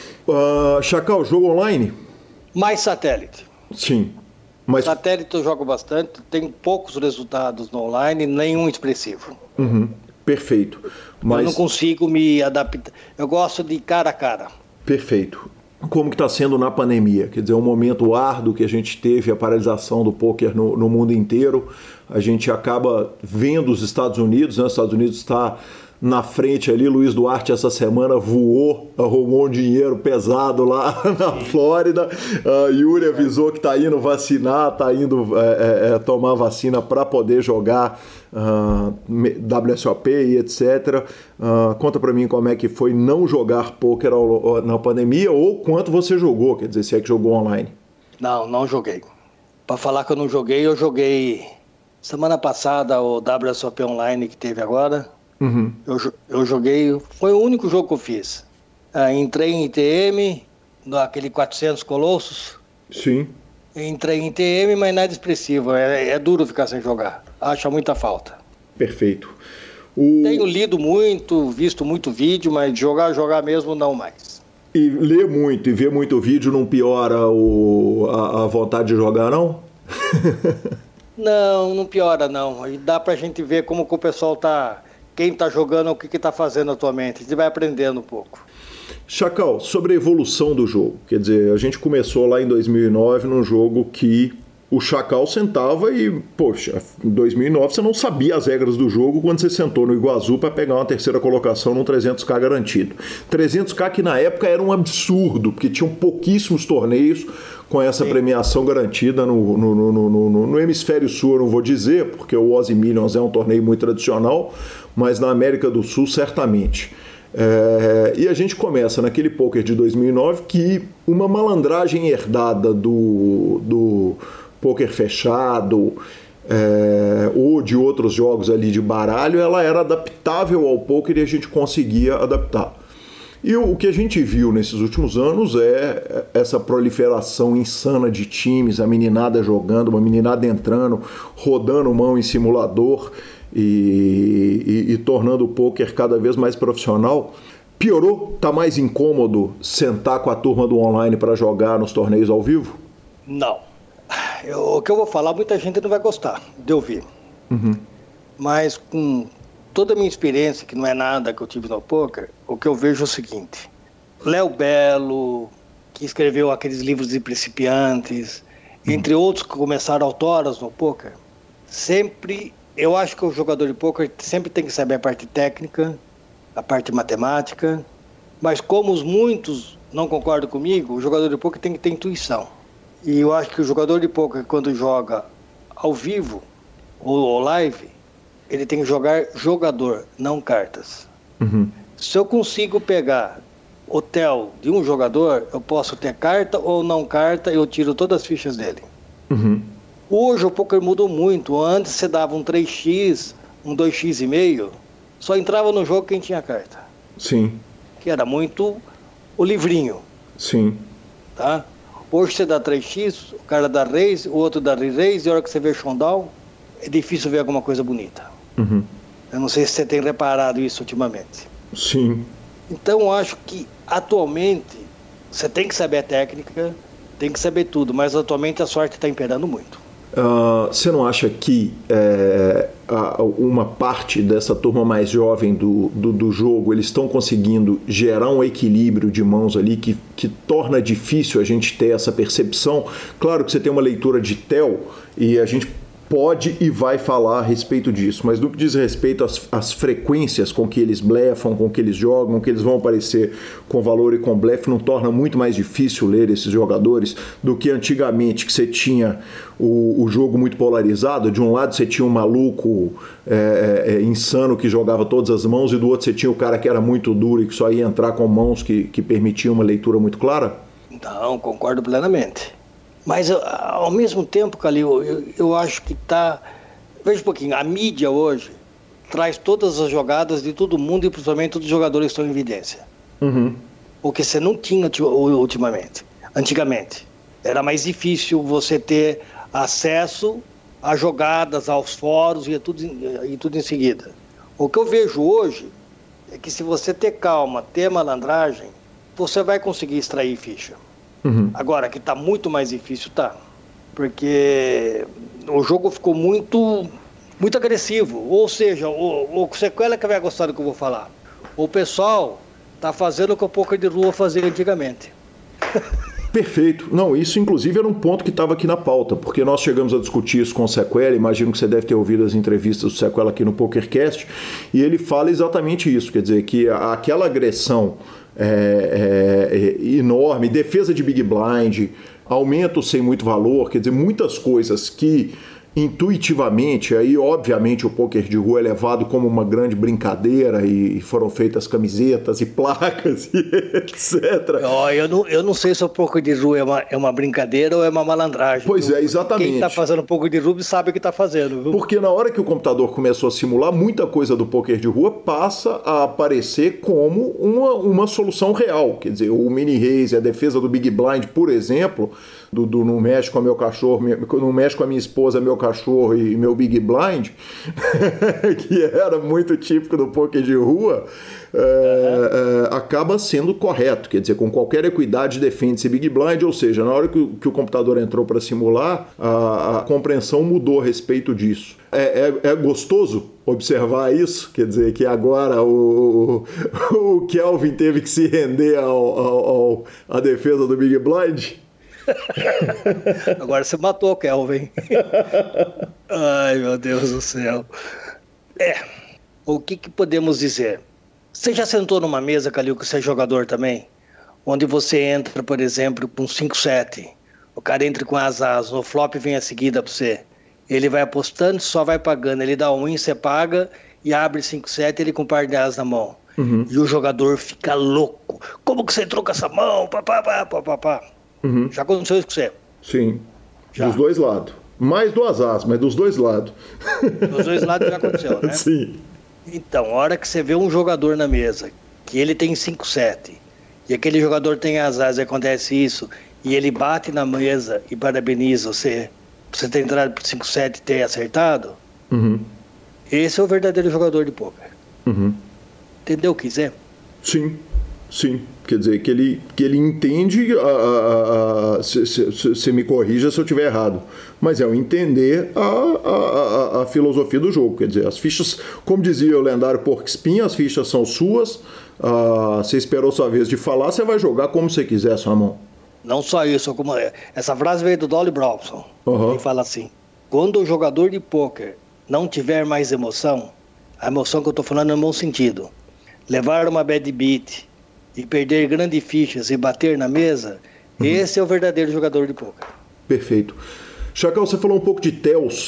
Chacal, jogo online? Mais satélite. Sim. Satélite eu jogo bastante, tenho poucos resultados no online, nenhum expressivo. Uhum. Perfeito. Mas... Eu não consigo me adaptar. Eu gosto de cara a cara. Perfeito. Como que está sendo na pandemia? Quer dizer, um momento árduo que a gente teve, a paralisação do pôquer no mundo inteiro. A gente acaba vendo os Estados Unidos, né? Os Estados Unidos está na frente ali. Luiz Duarte essa semana voou, arrumou um dinheiro pesado lá na Flórida. Yuri avisou que está indo vacinar, está indo tomar vacina para poder jogar WSOP e etc. Conta para mim como é que foi não jogar pôquer na pandemia, ou quanto você jogou, quer dizer, se é que jogou online. Não joguei. Para falar que eu não joguei, eu joguei semana passada o WSOP Online que teve agora. Uhum. Eu joguei, foi o único jogo que eu fiz. Entrei em ITM, naquele 400 Colossos. Sim. Entrei em ITM, mas nada expressivo. É duro ficar sem jogar. Acho muita falta. Perfeito. Tenho lido muito, visto muito vídeo, mas jogar mesmo não mais. E ler muito e ver muito vídeo não piora a vontade de jogar, não? Não piora, não. E dá pra gente ver como que o pessoal tá... Quem tá jogando, o que tá fazendo atualmente. A gente vai aprendendo um pouco. Chacal, sobre a evolução do jogo. Quer dizer, a gente começou lá em 2009 num jogo que o Chacal sentava e, poxa, em 2009 você não sabia as regras do jogo quando você sentou no Iguaçu para pegar uma terceira colocação num 300k garantido. 300k que na época era um absurdo, porque tinham pouquíssimos torneios com essa premiação garantida no hemisfério sul, eu não vou dizer, porque o Aussie Millions é um torneio muito tradicional, mas na América do Sul certamente. E a gente começa naquele poker de 2009 que uma malandragem herdada do poker fechado ou de outros jogos ali de baralho, ela era adaptável ao poker e a gente conseguia adaptar. E o que a gente viu nesses últimos anos é essa proliferação insana de times, a meninada jogando, uma meninada entrando, rodando mão em simulador e tornando o poker cada vez mais profissional. Piorou? Tá mais incômodo sentar com a turma do online para jogar nos torneios ao vivo? Não. O que eu vou falar, muita gente não vai gostar de ouvir. Uhum. Mas com toda a minha experiência, que não é nada que eu tive no poker, o que eu vejo é o seguinte: Léo Belo, que escreveu aqueles livros de principiantes, entre outros que começaram autoras no poker, sempre, eu acho que o jogador de poker sempre tem que saber a parte técnica a parte matemática, mas como muitos não concordam comigo, o jogador de pôquer tem que ter intuição. E eu acho que o jogador de pôquer, quando joga ao vivo ou live, ele tem que jogar jogador, não cartas. Uhum. Se eu consigo pegar o TEL de um jogador, eu posso ter carta ou não carta, eu tiro todas as fichas dele. Uhum. Hoje o poker mudou muito. Antes você dava um 3x, um 2x5, só entrava no jogo quem tinha carta. Sim. Que era muito o livrinho. Sim. Tá? Hoje você dá 3x, o cara dá raise, o outro dá re-raise, e a hora que você vê showdown, é difícil ver alguma coisa bonita. Uhum. Eu não sei se você tem reparado isso ultimamente. Sim. Então eu acho que atualmente você tem que saber a técnica, tem que saber tudo, mas atualmente a sorte está imperando muito. Você não acha que uma parte dessa turma mais jovem do jogo, eles estão conseguindo gerar um equilíbrio de mãos ali que torna difícil a gente ter essa percepção? Claro que você tem uma leitura de TEL e a gente pode e vai falar a respeito disso, mas no que diz respeito às frequências com que eles blefam, com que eles jogam, que eles vão aparecer com valor e com blefe, não torna muito mais difícil ler esses jogadores do que antigamente, que você tinha o jogo muito polarizado. De um lado você tinha um maluco insano que jogava todas as mãos, e do outro você tinha o cara que era muito duro e que só ia entrar com mãos que permitiam uma leitura muito clara? Não, concordo plenamente. Mas, ao mesmo tempo, Calil, eu acho que está... Veja um pouquinho, a mídia hoje traz todas as jogadas de todo mundo e principalmente todos os jogadores que estão em evidência. Uhum. O que você não tinha ultimamente. Antigamente, era mais difícil você ter acesso a jogadas, aos fóruns e tudo em seguida. O que eu vejo hoje é que se você ter calma, ter malandragem, você vai conseguir extrair ficha. Uhum. Agora, que está muito mais difícil, tá. Porque o jogo ficou muito agressivo. Ou seja, o sequela que vai gostar do que eu vou falar. O pessoal está fazendo o que o poker de rua fazia antigamente. Perfeito. Não, isso inclusive era um ponto que estava aqui na pauta, porque nós chegamos a discutir isso com o Sequela. Imagino que você deve ter ouvido as entrevistas do Sequela aqui no PokerCast, e ele fala exatamente isso, quer dizer, que aquela agressão enorme, defesa de Big Blind, aumento sem muito valor, quer dizer, muitas coisas que intuitivamente, aí obviamente o poker de rua é levado como uma grande brincadeira e foram feitas camisetas e placas e etc. Eu não sei se o poker de rua é uma brincadeira ou é uma malandragem. Pois é, exatamente. Quem está fazendo poker de rua sabe o que está fazendo. Viu? Porque na hora que o computador começou a simular, muita coisa do poker de rua passa a aparecer como uma solução real. Quer dizer, o mini raise, a defesa do Big Blind, por exemplo, do não mexe com meu cachorro, não mexe com a minha esposa, meu cachorro e meu Big Blind, que era muito típico do poker de rua, acaba sendo correto. Quer dizer, com qualquer equidade defende-se Big Blind, ou seja, na hora que o computador entrou para simular, a compreensão mudou a respeito disso. É gostoso observar isso, quer dizer, que agora o Kelvin teve que se render à defesa do Big Blind. Agora você matou o Kelvin. Ai, meu Deus do céu. O que podemos dizer? Você já sentou numa mesa, Calil, que você é jogador também? Onde você entra, por exemplo, com 5-7. O cara entra com as asas, no flop vem a seguida pra você. Ele vai apostando, só vai pagando. Ele dá um win, você paga e abre 5-7, ele com um par de asas na mão. Uhum. E o jogador fica louco. Como que você entrou com essa mão? Pá. Uhum. Já aconteceu isso com você? Sim, já. Dos dois lados. Mais do asas, mas dos dois lados. Dos dois lados já aconteceu, né? Sim. Então, a hora que você vê um jogador na mesa, que ele tem 5-7, e aquele jogador tem asas e acontece isso, e ele bate na mesa e parabeniza você ter entrado por 5-7 e ter acertado, uhum. Esse é o verdadeiro jogador de poker. Uhum. Entendeu o que quiser? Sim. Quer dizer, que ele entende, você me corrija se eu estiver errado, mas é o entender a filosofia do jogo. Quer dizer, as fichas, como dizia o lendário Porco Espinho, as fichas são suas, você esperou sua vez de falar, você vai jogar como você quiser, sua mão. Não só isso, como essa frase veio do Dolly Bronson. Uhum. Ele fala assim: quando o jogador de poker não tiver mais emoção, a emoção que eu estou falando é no bom sentido, levar uma bad beat e perder grandes fichas e bater na mesa, esse é o verdadeiro jogador de poker. Perfeito. Chacal, você falou um pouco de TELs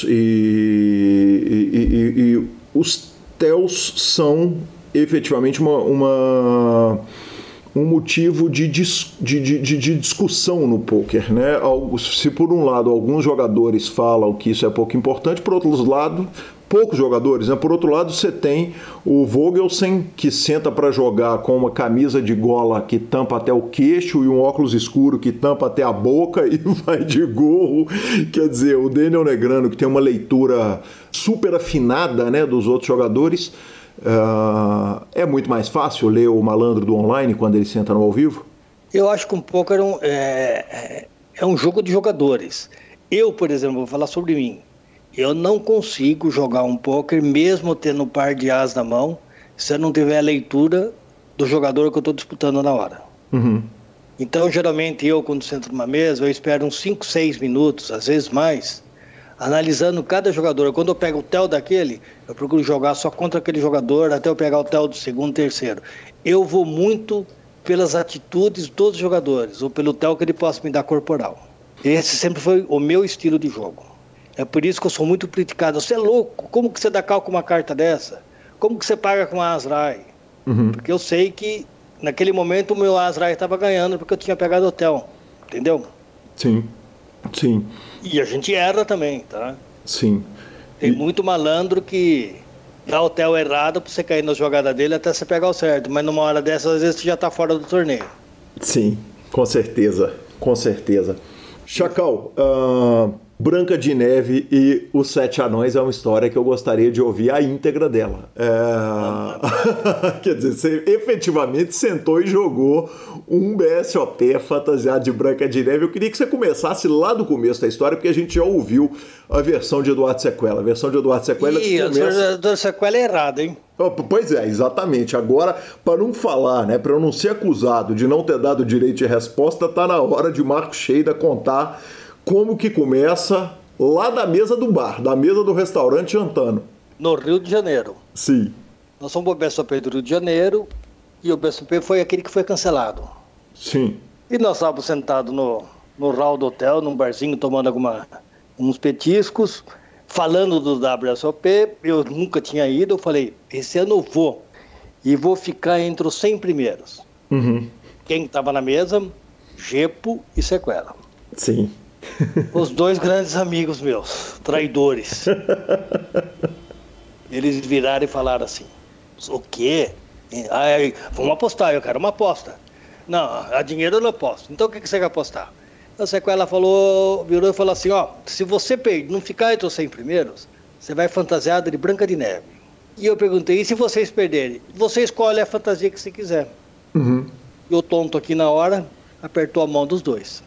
e os TELs são efetivamente um motivo de discussão no poker, né? Se por um lado alguns jogadores falam que isso é pouco importante, por outro lado poucos jogadores, né? Por outro lado, você tem o Vogelsen, que senta para jogar com uma camisa de gola que tampa até o queixo e um óculos escuro que tampa até a boca e vai de gorro. Quer dizer, o Daniel Negreanu, que tem uma leitura super afinada, né, dos outros jogadores, é muito mais fácil ler o malandro do online quando ele senta no ao vivo? Eu acho que um poker é um jogo de jogadores. Eu, por exemplo, vou falar sobre mim. Eu não consigo jogar um poker mesmo tendo um par de as na mão, se eu não tiver a leitura do jogador que eu estou disputando na hora. Uhum. Então, geralmente, eu quando sento numa mesa, eu espero uns 5, 6 minutos, às vezes mais, analisando cada jogador. Quando eu pego o tel daquele, eu procuro jogar só contra aquele jogador, até eu pegar o tel do segundo, terceiro. Eu vou muito pelas atitudes de todos os jogadores, ou pelo tel que ele possa me dar corporal. Esse sempre foi o meu estilo de jogo. É por isso que eu sou muito criticado. Você é louco? Como que você dá cal com uma carta dessa? Como que você paga com uma As-Rai? Uhum. Porque eu sei que naquele momento o meu As-Rai estava ganhando porque eu tinha pegado o hotel. Entendeu? Sim, sim. E a gente erra também, tá? Sim. Tem muito malandro que dá o hotel errado pra você cair na jogada dele até você pegar o certo. Mas numa hora dessas, às vezes você já tá fora do torneio. Sim, com certeza. Com certeza. Chacal, Branca de Neve e os Sete Anões é uma história que eu gostaria de ouvir a íntegra dela. Quer dizer, você efetivamente sentou e jogou um BSOP fantasiado de Branca de Neve. Eu queria que você começasse lá do começo da história, porque a gente já ouviu a versão de Eduardo Sequela. A versão de Eduardo Sequela começa... a Eduardo Sequela é errada, hein? Pois é, exatamente. Agora, para não falar, né, para eu não ser acusado de não ter dado direito de resposta, tá na hora de Marco Sheida contar como que começa lá da mesa do bar, da mesa do restaurante Antano. No Rio de Janeiro. Sim. Nós somos o BSOP do Rio de Janeiro e o BSOP foi aquele que foi cancelado. Sim. E nós estávamos sentados no hall do hotel, num barzinho, tomando uns petiscos, falando do WSOP. Eu nunca tinha ido, eu falei, esse ano eu vou. E vou ficar entre os 100 primeiros. Uhum. Quem estava na mesa? Gepo e Sequela. Sim. Os dois grandes amigos meus, traidores. Eles viraram e falaram assim, o quê? Vamos apostar, eu quero uma aposta. Não, a dinheiro eu não aposto. Então o que você quer apostar? A Sequela virou e falou assim, se você não ficar entre os 100 primeiros, você vai fantasiado de Branca de Neve. E eu perguntei, e se vocês perderem? Você escolhe a fantasia que você quiser. Uhum. E o tonto aqui na hora apertou a mão dos dois.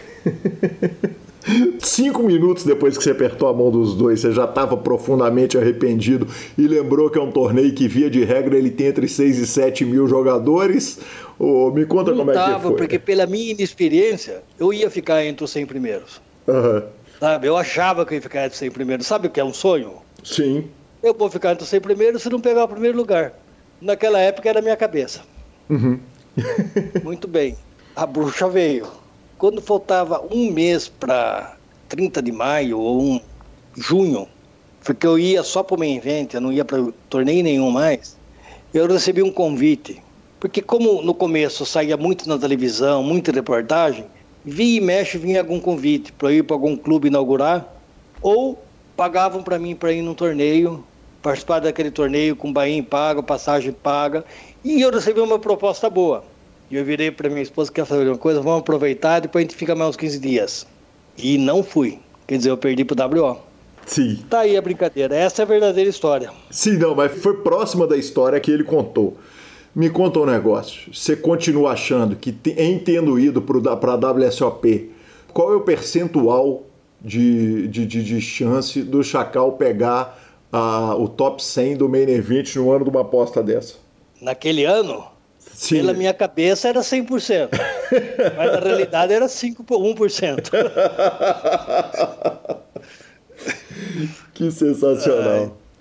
5 minutos depois que você apertou a mão dos dois, você já estava profundamente arrependido e lembrou que é um torneio que, via de regra, ele tem entre 6 e 7 mil jogadores? Me conta como é que foi. Porque pela minha inexperiência, eu ia ficar entre os 100 primeiros. Uhum. Sabe? Eu achava que eu ia ficar entre os 100 primeiros. Sabe o que é um sonho? Sim. Eu vou ficar entre os 100 primeiros se não pegar o primeiro lugar. Naquela época era a minha cabeça. Uhum. Muito bem. A bruxa veio. Quando faltava um mês para 30 de maio ou junho, porque eu ia só para o main event, eu não ia para torneio nenhum mais, eu recebi um convite. Porque como no começo saía muito na televisão, muita reportagem, via e mexe vinha algum convite para ir para algum clube inaugurar, ou pagavam para mim para ir num torneio, participar daquele torneio com bain paga, passagem paga, e eu recebi uma proposta boa. E eu virei para minha esposa, quer fazer uma coisa, vamos aproveitar, depois a gente fica mais uns 15 dias. E não fui. Quer dizer, eu perdi pro WO. Sim. Tá aí a brincadeira. Essa é a verdadeira história. Sim, não, mas foi próxima da história que ele contou. Me conta um negócio. Você continua achando que, em tendo ido para a WSOP, qual é o percentual de chance do Chacal pegar o top 100 do main event no ano de uma aposta dessa? Naquele ano? Sim. Pela minha cabeça era 100%, mas na realidade era 1%. Que sensacional.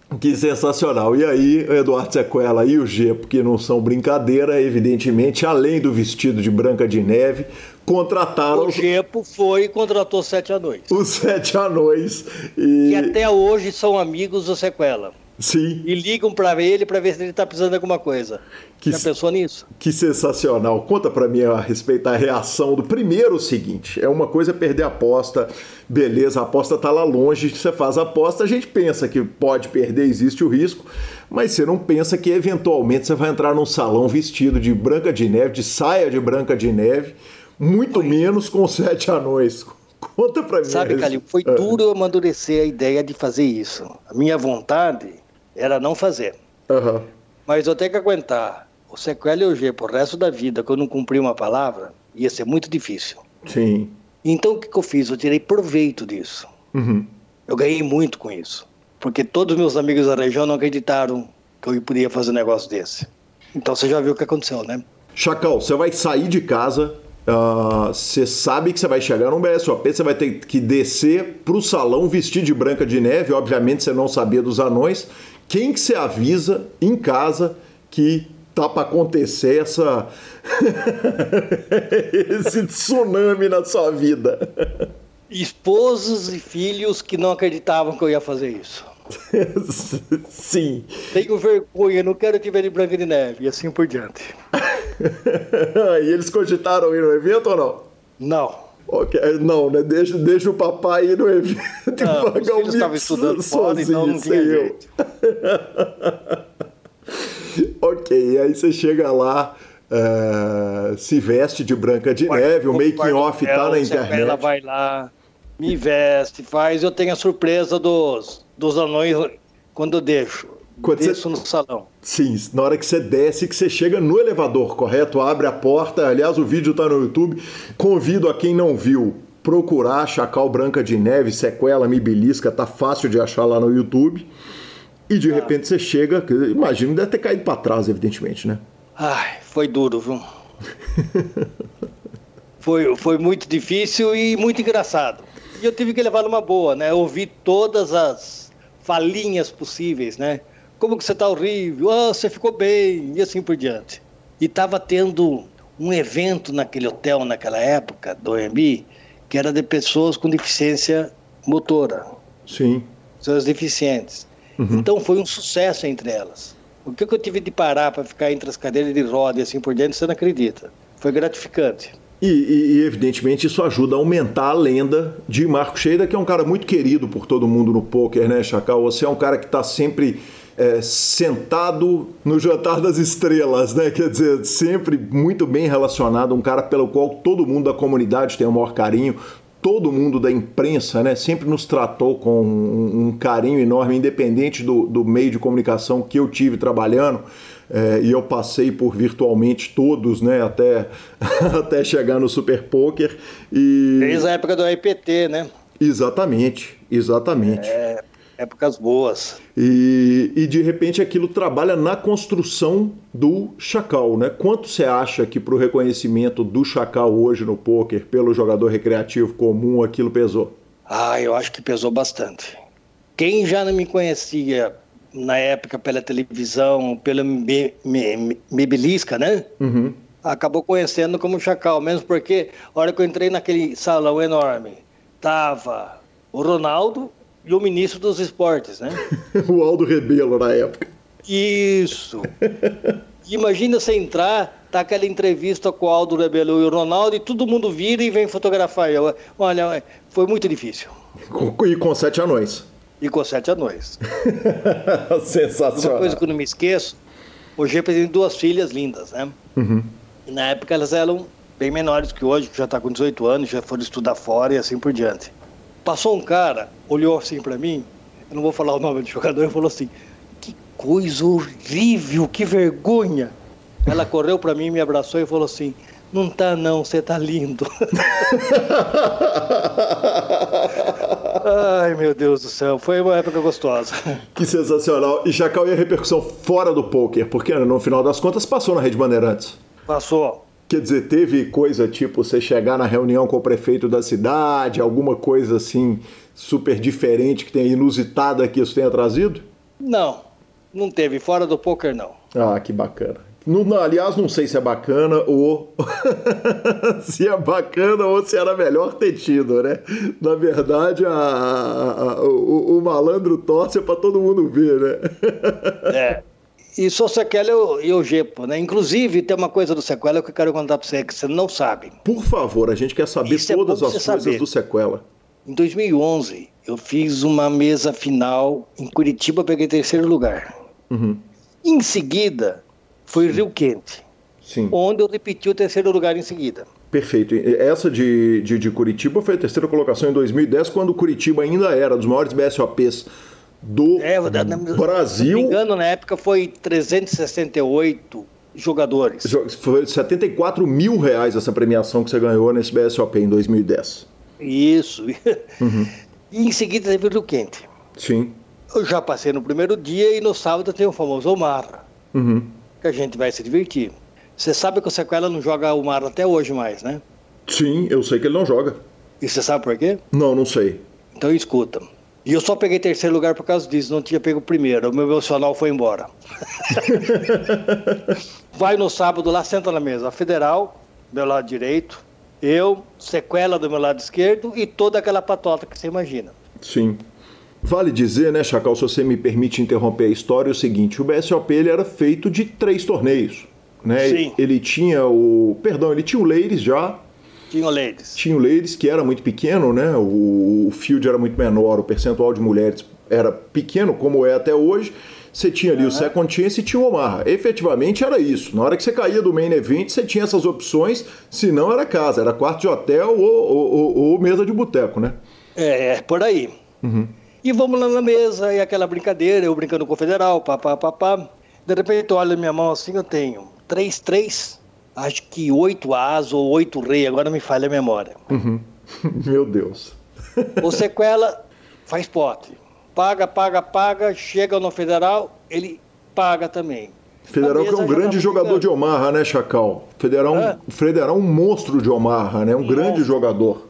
Que sensacional. E aí, o Eduardo Sequela e o G, porque não são brincadeira, evidentemente, além do vestido de Branca de Neve, contrataram... O Gepo foi e contratou 7 anões. Os 7 anões. Que até hoje são amigos do Sequela. Sim. E ligam para ele para ver se ele está precisando de alguma coisa. Já pensou nisso? Que sensacional. Conta para mim a respeito da reação do primeiro. O seguinte, é uma coisa perder a aposta, beleza, a aposta tá lá longe, você faz a aposta, a gente pensa que pode perder, existe o risco, mas você não pensa que eventualmente você vai entrar num salão vestido de Branca de Neve, de saia de Branca de Neve, muito menos com 7 anões. Conta para mim. Sabe, Calil, foi duro eu amadurecer a ideia de fazer isso. A minha vontade era não fazer. Uhum. Mas eu tenho que aguentar o Sequela e o G por resto da vida, que eu não cumpri uma palavra, ia ser muito difícil. Sim. Então o que eu fiz? Eu tirei proveito disso. Uhum. Eu ganhei muito com isso. Porque todos os meus amigos da região não acreditaram que eu podia fazer um negócio desse. Então você já viu o que aconteceu, né? Chacal, você vai sair de casa, você sabe que você vai chegar num BSOP, você vai ter que descer pro salão vestir de Branca de Neve, obviamente você não sabia dos anões. Quem que você avisa em casa que tá para acontecer esse tsunami na sua vida? Esposos e filhos que não acreditavam que eu ia fazer isso. Sim. Tenho vergonha, não quero te ver de Branca de Neve, e assim por diante. E eles cogitaram ir no evento ou não? Não. Okay. Não, né? Deixa o papai ir no evento e pagar os filhos estavam estudando fora, então não tinha jeito. Ok, aí você chega lá, se veste de Branca de Neve, o making off tá na internet. Ela vai lá, me veste, faz, eu tenho a surpresa dos anões quando eu desço no salão. Sim, na hora que você desce, que você chega no elevador, correto? Abre a porta, aliás, o vídeo tá no YouTube. Convido a quem não viu, procurar Chacal Branca de Neve, Sequela, Me Belisca, tá fácil de achar lá no YouTube. E de repente você chega, imagino, deve ter caído para trás, evidentemente, né? Ai, foi duro, viu? foi muito difícil e muito engraçado. E eu tive que levar numa boa, né? Eu ouvi todas as falinhas possíveis, né? Como que você tá horrível? Você ficou bem, e assim por diante. E tava tendo um evento naquele hotel, naquela época, do OMB, que era de pessoas com deficiência motora. Sim. Pessoas deficientes. Uhum. Então foi um sucesso entre elas. O que eu tive de parar para ficar entre as cadeiras de roda e assim por diante, você não acredita. Foi gratificante. E evidentemente isso ajuda a aumentar a lenda de Marco Cheida, que é um cara muito querido por todo mundo no poker, né, Chacal? Você é um cara que está sempre sentado no jantar das estrelas, né? Quer dizer, sempre muito bem relacionado, um cara pelo qual todo mundo da comunidade tem o maior carinho. Todo mundo da imprensa, né, sempre nos tratou com um carinho enorme, independente do meio de comunicação que eu tive trabalhando, e eu passei por virtualmente todos, né, até chegar no Super Poker. Desde a época do IPT, né? Exatamente. Épocas boas. E de repente aquilo trabalha na construção do Chacal, né? Quanto você acha que para o reconhecimento do Chacal hoje no poker, pelo jogador recreativo comum, aquilo pesou? Eu acho que pesou bastante. Quem já não me conhecia na época pela televisão, pela Me Belisca, né? Uhum. Acabou conhecendo como Chacal, mesmo porque a hora que eu entrei naquele salão enorme, tava o Ronaldo e o ministro dos esportes, né? O Aldo Rebelo na época. Isso. Imagina você entrar, tá aquela entrevista com o Aldo Rebelo e o Ronaldo e todo mundo vira e vem fotografar eu. Olha, foi muito difícil. E com 7 anões. E com 7 anões. Sensacional. Uma coisa que eu não me esqueço, o G tem 2 filhas lindas, né? Uhum. E na época elas eram bem menores que hoje, que já tá com 18 anos, já foram estudar fora e assim por diante. Passou um cara, olhou assim pra mim, eu não vou falar o nome do jogador, e falou assim, que coisa horrível, que vergonha. Ela correu pra mim, me abraçou e falou assim, não tá não, você tá lindo. Ai, meu Deus do céu, foi uma época gostosa. Que sensacional. E Chacal, e a repercussão fora do poker? Porque no final das contas passou na Rede Bandeirantes. Passou. Quer dizer, teve coisa tipo você chegar na reunião com o prefeito da cidade, alguma coisa assim super diferente que tenha inusitada que isso tenha trazido? Não teve. Fora do poker, não. Ah, que bacana. Aliás, não sei se é bacana ou se é bacana ou se era melhor ter tido, né? Na verdade, o malandro torce para todo mundo ver, né? E só sequela eu gepo, né? Inclusive, tem uma coisa do sequela que eu quero contar para você que você não sabe. Por favor, a gente quer saber todas as coisas do sequela. Em 2011, eu fiz uma mesa final em Curitiba, peguei 3º lugar. Uhum. Em seguida, foi Rio Quente, onde eu repeti o 3º lugar em seguida. Perfeito. Essa de Curitiba foi a 3ª colocação em 2010, quando Curitiba ainda era dos maiores BSOPs do Brasil. Se não me engano, na época foi 368 jogadores. Foi R$74 mil essa premiação que você ganhou nesse BSOP em 2010. Isso. Uhum. E em seguida teve o Rio Quente. Sim. Eu já passei no primeiro dia e no sábado tem o famoso Omarra. Uhum. Que a gente vai se divertir. Você sabe que o Sequela não joga Omarra até hoje mais, né? Sim, eu sei que ele não joga. E você sabe por quê? Não sei. Então escuta. E eu só peguei 3º lugar por causa disso, não tinha pego o primeiro. O meu emocional foi embora. Vai no sábado lá, senta na mesa. A Federal, do meu lado direito. Eu, Sequela do meu lado esquerdo e toda aquela patota que você imagina. Sim. Vale dizer, né, Chacal, se você me permite interromper a história, é o seguinte, o BSOP ele era feito de 3 torneios, né? Sim. Ele tinha o Ladies já. Tinha o Ladies, que era muito pequeno, né? O field era muito menor, o percentual de mulheres era pequeno, como é até hoje. Você tinha ali o Second Chance e tinha o Omarra. Efetivamente era isso. Na hora que você caía do Main Event, você tinha essas opções, se não era casa, era quarto de hotel ou mesa de boteco, né? Por aí. Uhum. E vamos lá na mesa, e aquela brincadeira, eu brincando com o Federal, papapá. De repente eu olho na minha mão assim, eu tenho 3-3, acho que 8 as ou 8 rei, agora me falha a memória. Uhum. Meu Deus. O Sequela faz pote. Paga, chega no Federal, ele paga também. Federal que é um grande jogador de Omarra, né, Chacal? Federal é um monstro de Omarra, né? Um grande jogador.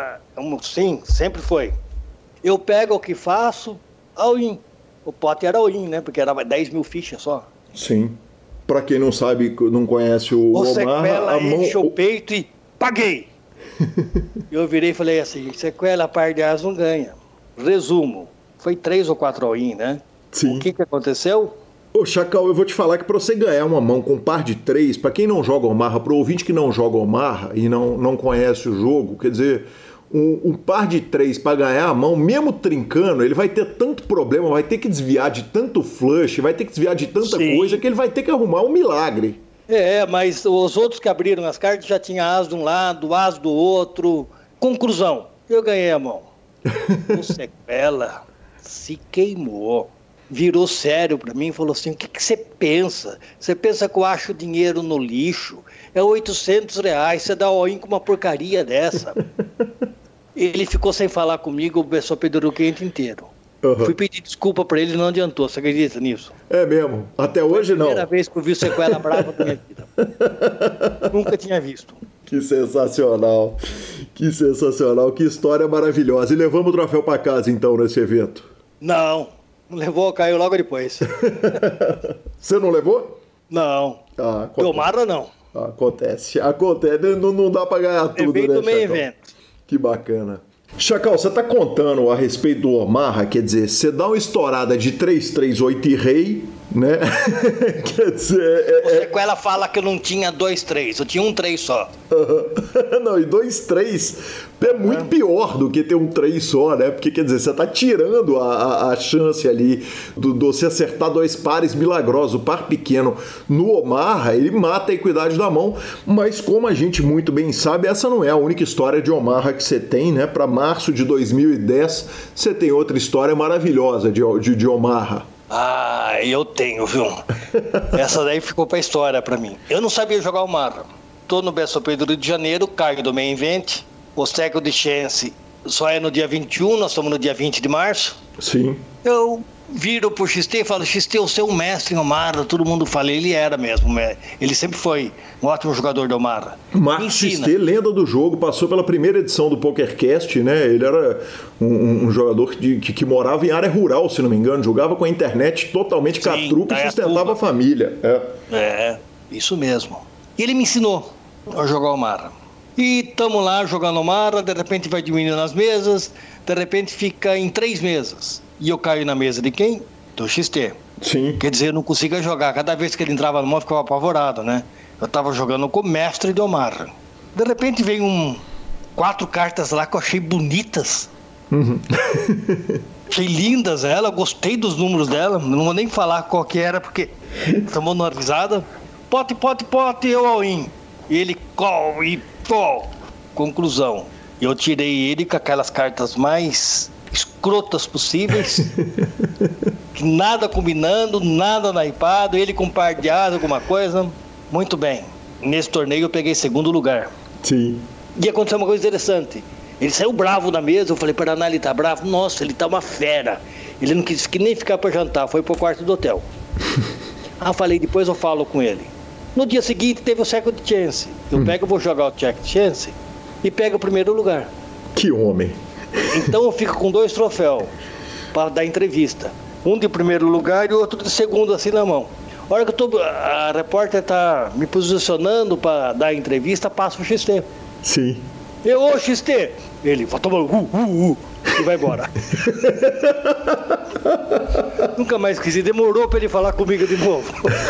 Sim, sempre foi. Eu pego o que faço, all-in. O pote era all-in, né? Porque era 10 mil fichas só. Sim. Pra quem não sabe, não conhece o Omarra... Sequela enche o peito e paguei. Eu virei e falei assim, Sequela, par de as não ganha. Resumo, foi 3 ou 4 all-in, né? Sim. O que aconteceu? Ô, Chacal, eu vou te falar que pra você ganhar uma mão com par de 3, pra quem não joga Omarra, pro ouvinte que não joga Omarra e não conhece o jogo, quer dizer... Um par de 3 para ganhar a mão, mesmo trincando, ele vai ter tanto problema, vai ter que desviar de tanto flush, vai ter que desviar de tanta coisa que ele vai ter que arrumar um milagre. Mas os outros que abriram as cartas já tinham as de um lado, as do outro. Conclusão, eu ganhei a mão. O Sequela se queimou. Virou sério para mim e falou assim, o que você pensa? Você pensa que eu acho dinheiro no lixo? É R$800, você dá all-in com uma porcaria dessa. Ele ficou sem falar comigo o BSOP do Rio Quente inteiro. Fui pedir desculpa para ele, não adiantou. Você acredita nisso? É mesmo? Até hoje não. Foi a primeira vez que eu vi o Sequela brava da minha vida. Nunca tinha visto. Que sensacional. Que sensacional. Que história maravilhosa. E levamos o troféu para casa então nesse evento? Não levou, caiu logo depois. Você não levou? Não. Omarra não. Acontece. Não dá para ganhar tudo, evento né, meio evento. Que bacana. Chacal, você tá contando a respeito do Omarra, quer dizer, você dá uma estourada de 3, 8 e rei, né? Quer dizer... O Sequela fala que eu não tinha 2, 3, eu tinha 1, 3 só. Não, e 2, 3 é muito pior do que ter um 3 só, né? Porque, quer dizer, você tá tirando a chance ali de você acertar 2 pares milagrosos. O par pequeno no Omarra, ele mata a equidade da mão, mas como a gente muito bem sabe, essa não é a única história de Omarra que você tem, né? Para março de 2010, você tem outra história maravilhosa de Omarra. Eu tenho, viu? Essa daí ficou pra história pra mim. Eu não sabia jogar Omarra. Tô no BSOP do Rio de Janeiro, caio do Main Event. O Second Chance só é no dia 21, nós estamos no dia 20 de março. Sim. Eu viro pro XT e falo, XT, você é um mestre em Omarra, todo mundo fala, ele era mesmo, ele sempre foi um ótimo jogador de Omarra. Marcos XT, lenda do jogo, passou pela primeira edição do PokerCast, né? Ele era um jogador que morava em área rural, se não me engano, jogava com a internet totalmente catrupa e sustentava a família. Isso mesmo. E ele me ensinou a jogar Omarra. E estamos lá jogando Omarra, de repente vai diminuindo as mesas, de repente fica em 3 mesas. E eu caio na mesa de quem? Do XT. Sim. Quer dizer, eu não conseguia jogar. Cada vez que ele entrava no mão, eu ficava apavorado, né? Eu estava jogando com o mestre de Omarra. De repente veio 4 cartas lá que eu achei bonitas. Uhum. Achei lindas ela, gostei dos números dela. Não vou nem falar qual que era, porque tomou numa risada. Pote, eu all-in. E ele call e call. Conclusão. Eu tirei ele com aquelas cartas mais escrotas possíveis. Nada combinando, nada naipado. Ele com par de asa, alguma coisa. Muito bem. Nesse torneio eu peguei 2º lugar. Sim. E aconteceu uma coisa interessante. Ele saiu bravo da mesa. Eu falei, Paraná, ele tá bravo? Nossa, ele tá uma fera. Ele não quis nem ficar para jantar. Foi pro quarto do hotel. Falei, depois eu falo com ele. No dia seguinte teve o second chance. Eu vou jogar o check chance e pego o 1º lugar. Que homem. Então eu fico com 2 troféus para dar entrevista. Um de 1º lugar e outro de 2º assim na mão. A hora que a repórter tá me posicionando para dar a entrevista, passa o XT. Sim. Ô XT! Ele vai tomar e vai embora. Nunca mais quis. Demorou para ele falar comigo de novo.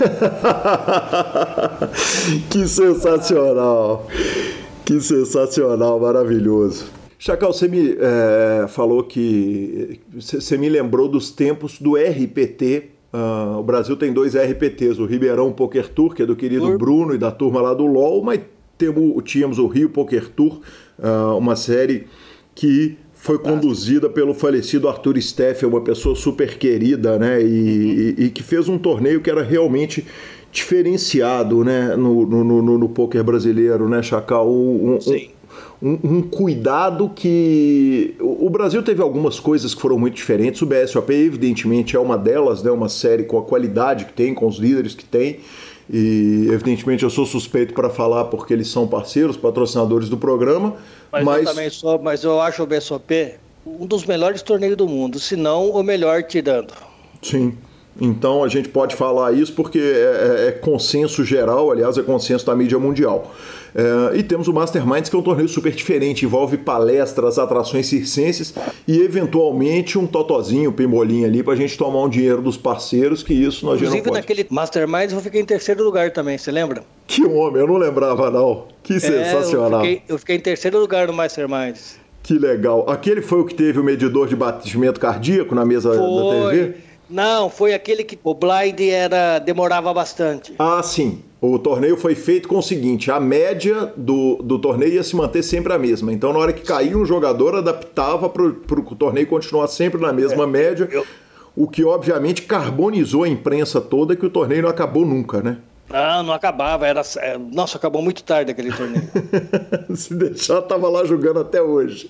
Que sensacional. Que sensacional, maravilhoso. Chacal, você me falou que você me lembrou dos tempos do RPT. O Brasil tem 2 RPTs, o Ribeirão Poker Tour, que é do querido Bruno e da turma lá do LOL, mas tínhamos o Rio Poker Tour, uma série que foi conduzida pelo falecido Arthur Steff, uma pessoa super querida, né? E que fez um torneio que era realmente diferenciado, né? No poker brasileiro, né, Chacal? Sim. Um cuidado que... O Brasil teve algumas coisas que foram muito diferentes. O BSOP, evidentemente, é uma delas, né? Uma série com a qualidade que tem, com os líderes que tem. E, evidentemente, eu sou suspeito para falar porque eles são parceiros, patrocinadores do programa. Mas eu também sou, mas eu acho o BSOP um dos melhores torneios do mundo, se não o melhor tirando. Sim. Então a gente pode falar isso porque é consenso geral, aliás, é consenso da mídia mundial. E temos o Masterminds, que é um torneio super diferente, envolve palestras, atrações circenses e eventualmente um totozinho, pimbolinho ali, pra gente tomar um dinheiro dos parceiros, que isso nós já não pode. Inclusive naquele Masterminds eu fiquei em 3º lugar também, você lembra? Que homem, eu não lembrava não. Que sensacional. Eu fiquei em 3º lugar no Masterminds. Que legal. Aquele foi o que teve o medidor de batimento cardíaco na mesa da TV? Não, foi aquele que o blind demorava bastante. Ah, sim. O torneio foi feito com o seguinte, a média do torneio ia se manter sempre a mesma. Então, na hora que caía um jogador, adaptava para o torneio continuar sempre na mesma média, o que, obviamente, carbonizou a imprensa toda, que o torneio não acabou nunca, né? Não acabava. Nossa, acabou muito tarde aquele torneio. Se deixar, tava lá jogando até hoje.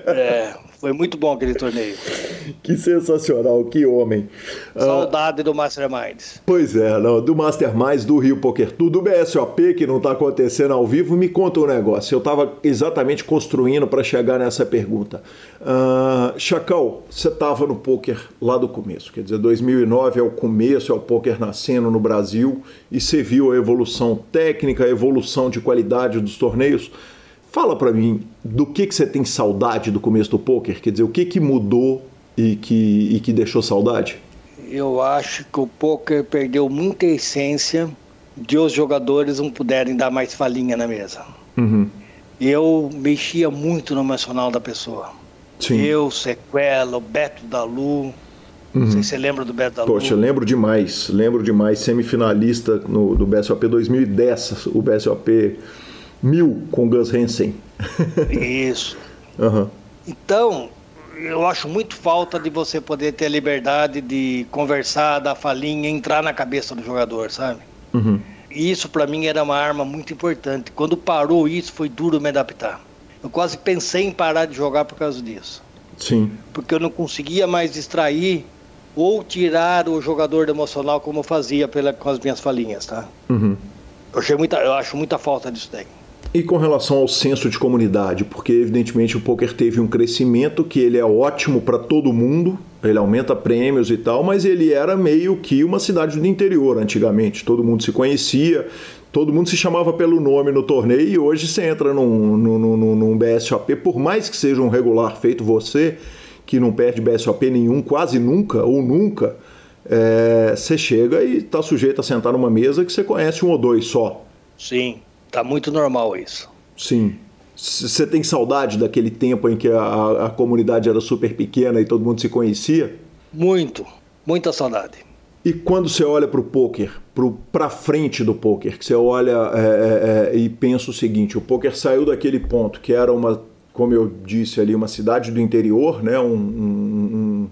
Foi muito bom aquele torneio. Que sensacional, que homem. Saudade do Masterminds. Pois é, do Masterminds, do Rio Poker Tour, do BSOP, que não está acontecendo ao vivo. Me conta um negócio. Eu estava exatamente construindo para chegar nessa pergunta. Chacal, você estava no poker lá do começo. Quer dizer, 2009 é o começo, é o poker nascendo no Brasil. E você viu a evolução técnica, a evolução de qualidade dos torneios. Fala para mim, do que você tem saudade do começo do poker? Quer dizer, o que mudou e que deixou saudade? Eu acho que o poker perdeu muita essência de os jogadores não puderem dar mais falinha na mesa. Uhum. Eu mexia muito no emocional da pessoa. Sim. Eu, Sequela, o Beto da Lu. Não sei se você lembra do Beto da Lu. Poxa, lembro demais, semifinalista do BSOP 2010, o BSOP 1000 com Gus Hansen. Isso. Uhum. Então, eu acho muito falta de você poder ter a liberdade de conversar, dar falinha, entrar na cabeça do jogador, sabe? Uhum. E isso para mim era uma arma muito importante. Quando parou isso, foi duro me adaptar. Eu quase pensei em parar de jogar por causa disso. Sim. Porque eu não conseguia mais extrair ou tirar o jogador emocional como eu fazia com as minhas falinhas, tá? Uhum. Eu acho muita falta disso daí. E com relação ao senso de comunidade, porque evidentemente o poker teve um crescimento que ele é ótimo para todo mundo, ele aumenta prêmios e tal, mas ele era meio que uma cidade do interior antigamente, todo mundo se conhecia, todo mundo se chamava pelo nome no torneio, e hoje você entra num BSOP, por mais que seja um regular feito você, que não perde BSOP nenhum, quase nunca ou nunca, você chega e está sujeito a sentar numa mesa que você conhece um ou dois só. Sim. Tá muito normal isso. Sim. Você tem saudade daquele tempo em que a comunidade era super pequena e todo mundo se conhecia? Muita saudade. E quando você olha para o pôquer, para frente do pôquer, que você olha e pensa o seguinte, o pôquer saiu daquele ponto que era como eu disse ali, uma cidade do interior, né? Um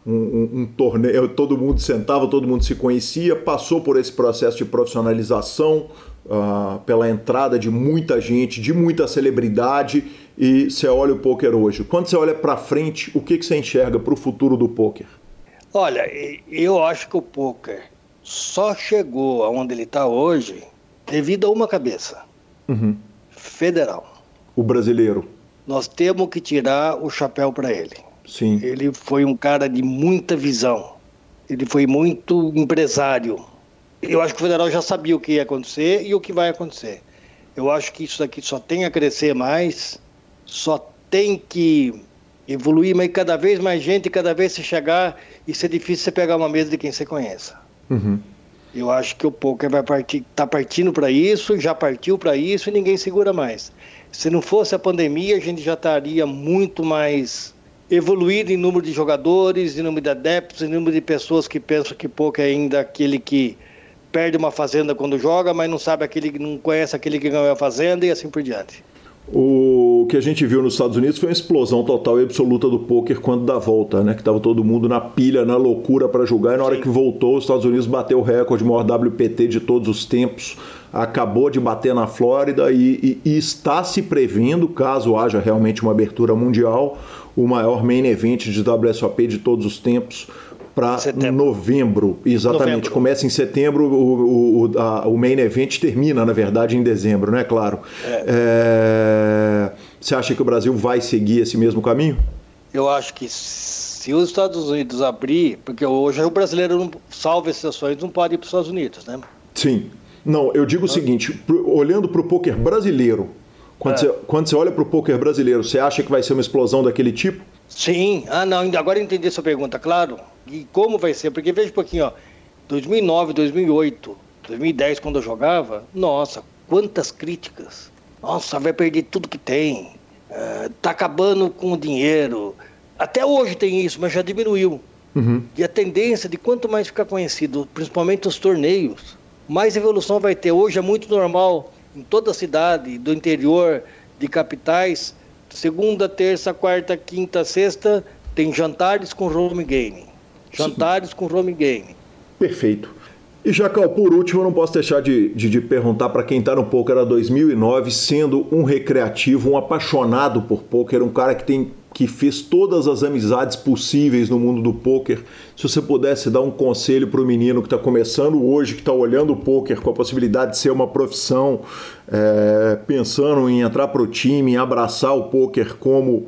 torneio, todo mundo sentava, todo mundo se conhecia, passou por esse processo de profissionalização, pela entrada de muita gente, de muita celebridade, e você olha o pôquer hoje. Quando você olha para frente, o que você enxerga para o futuro do pôquer? Olha, eu acho que o pôquer só chegou aonde ele está hoje devido a uma cabeça. Uhum. Federal. O brasileiro. Nós temos que tirar o chapéu para ele. Sim. Ele foi um cara de muita visão. Ele foi muito empresário. Eu acho que o Federal já sabia o que ia acontecer e o que vai acontecer. Eu acho que isso daqui só tem a crescer mais, só tem que evoluir, mas cada vez mais gente, cada vez se chegar e ser difícil você pegar uma mesa de quem você conheça. Uhum. Eu acho que o poker tá partindo para isso, já partiu para isso e ninguém segura mais. Se não fosse a pandemia, a gente já estaria muito mais evoluído em número de jogadores, em número de adeptos, em número de pessoas que pensam que poker é ainda aquele que perde uma fazenda quando joga, mas não conhece aquele que ganhou a fazenda e assim por diante. O que a gente viu nos Estados Unidos foi uma explosão total e absoluta do pôquer quando dá volta, né? Que estava todo mundo na pilha, na loucura para jogar, e na hora que voltou, os Estados Unidos bateu o recorde maior WPT de todos os tempos, acabou de bater na Flórida e está se prevendo, caso haja realmente uma abertura mundial, o maior main event de WSOP de todos os tempos, para novembro, exatamente. Começa em setembro, o main event termina, na verdade, em dezembro, né? Claro. Você acha que o Brasil vai seguir esse mesmo caminho? Eu acho que se os Estados Unidos abrir, porque hoje o brasileiro, salvo exceções, não pode ir para os Estados Unidos, né? Sim. Não, eu digo o seguinte, olhando para o pôquer brasileiro, quando você olha para o pôquer brasileiro, você acha que vai ser uma explosão daquele tipo? Sim. Não, agora eu entendi a sua pergunta, claro. E como vai ser? Porque veja um pouquinho, 2009, 2008, 2010, quando eu jogava, nossa, quantas críticas. Nossa, vai perder tudo que tem. Tá acabando com o dinheiro. Até hoje tem isso, mas já diminuiu. Uhum. E a tendência de quanto mais ficar conhecido, principalmente os torneios, mais evolução vai ter. Hoje é muito normal, em toda a cidade, do interior, de capitais, segunda, terça, quarta, quinta, sexta, tem jantares com home game. Jantares com home game. Perfeito. E, Jacal, por último, eu não posso deixar de perguntar para quem está no pôquer há 2009, sendo um recreativo, um apaixonado por pôquer, um cara que fez todas as amizades possíveis no mundo do pôquer. Se você pudesse dar um conselho para o menino que está começando hoje, que está olhando o pôquer com a possibilidade de ser uma profissão, pensando em entrar para o time, em abraçar o pôquer como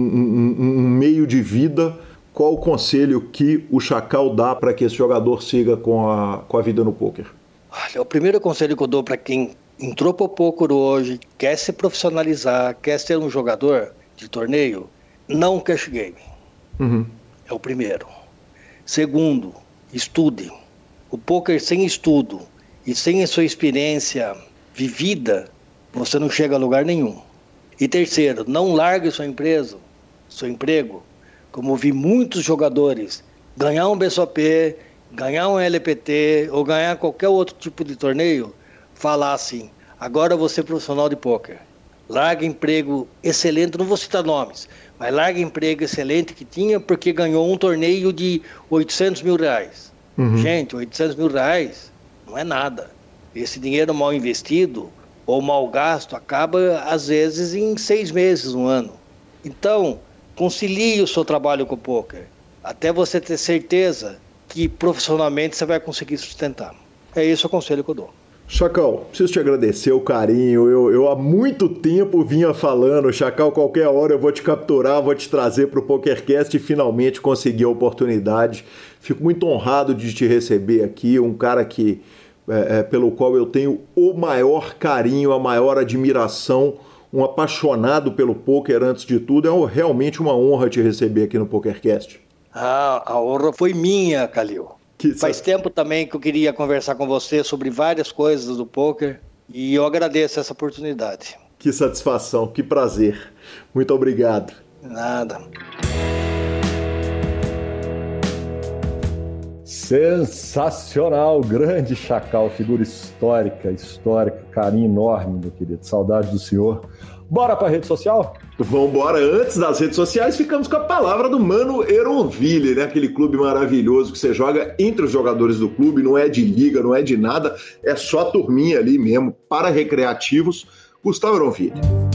um meio de vida, qual o conselho que o Chacal dá para que esse jogador siga com a vida no pôquer? Olha, o primeiro conselho que eu dou para quem entrou para o pôquer hoje, quer se profissionalizar, quer ser um jogador de torneio, não cash game. Uhum. É o primeiro. Segundo, estude. O pôquer sem estudo e sem a sua experiência vivida, você não chega a lugar nenhum. E terceiro, não largue sua empresa, seu emprego. Como eu vi muitos jogadores ganhar um BSOP, ganhar um LPT ou ganhar qualquer outro tipo de torneio, falar assim, agora eu vou ser profissional de pôquer. Larga emprego excelente, não vou citar nomes, mas larga emprego excelente que tinha porque ganhou um torneio de 800 mil reais. Uhum. Gente, 800 mil reais não é nada. Esse dinheiro mal investido ou mal gasto acaba às vezes em 6 meses, um ano. Então, concilie o seu trabalho com o pôquer. até você ter certeza que profissionalmente você vai conseguir sustentar. É esse o conselho que eu dou. Chacal, preciso te agradecer o carinho. Eu há muito tempo vinha falando, Chacal, qualquer hora eu vou te capturar, vou te trazer para o PokerCast e finalmente consegui a oportunidade. Fico muito honrado de te receber aqui, um cara que, pelo qual eu tenho o maior carinho, a maior admiração, um apaixonado pelo poker antes de tudo. É realmente uma honra te receber aqui no PokerCast. A honra foi minha, Calil. Faz tempo também que eu queria conversar com você sobre várias coisas do poker e eu agradeço essa oportunidade. Que satisfação, que prazer. Muito obrigado. Nada. Sensacional, grande Chacal, figura histórica, carinho enorme, meu querido. Saudade do senhor. Bora para a rede social? Vamos embora. Antes das redes sociais, ficamos com a palavra do Mano Eronville, né? Aquele clube maravilhoso que você joga entre os jogadores do clube, não é de liga, não é de nada, é só a turminha ali mesmo, para recreativos. Gustavo Eronville.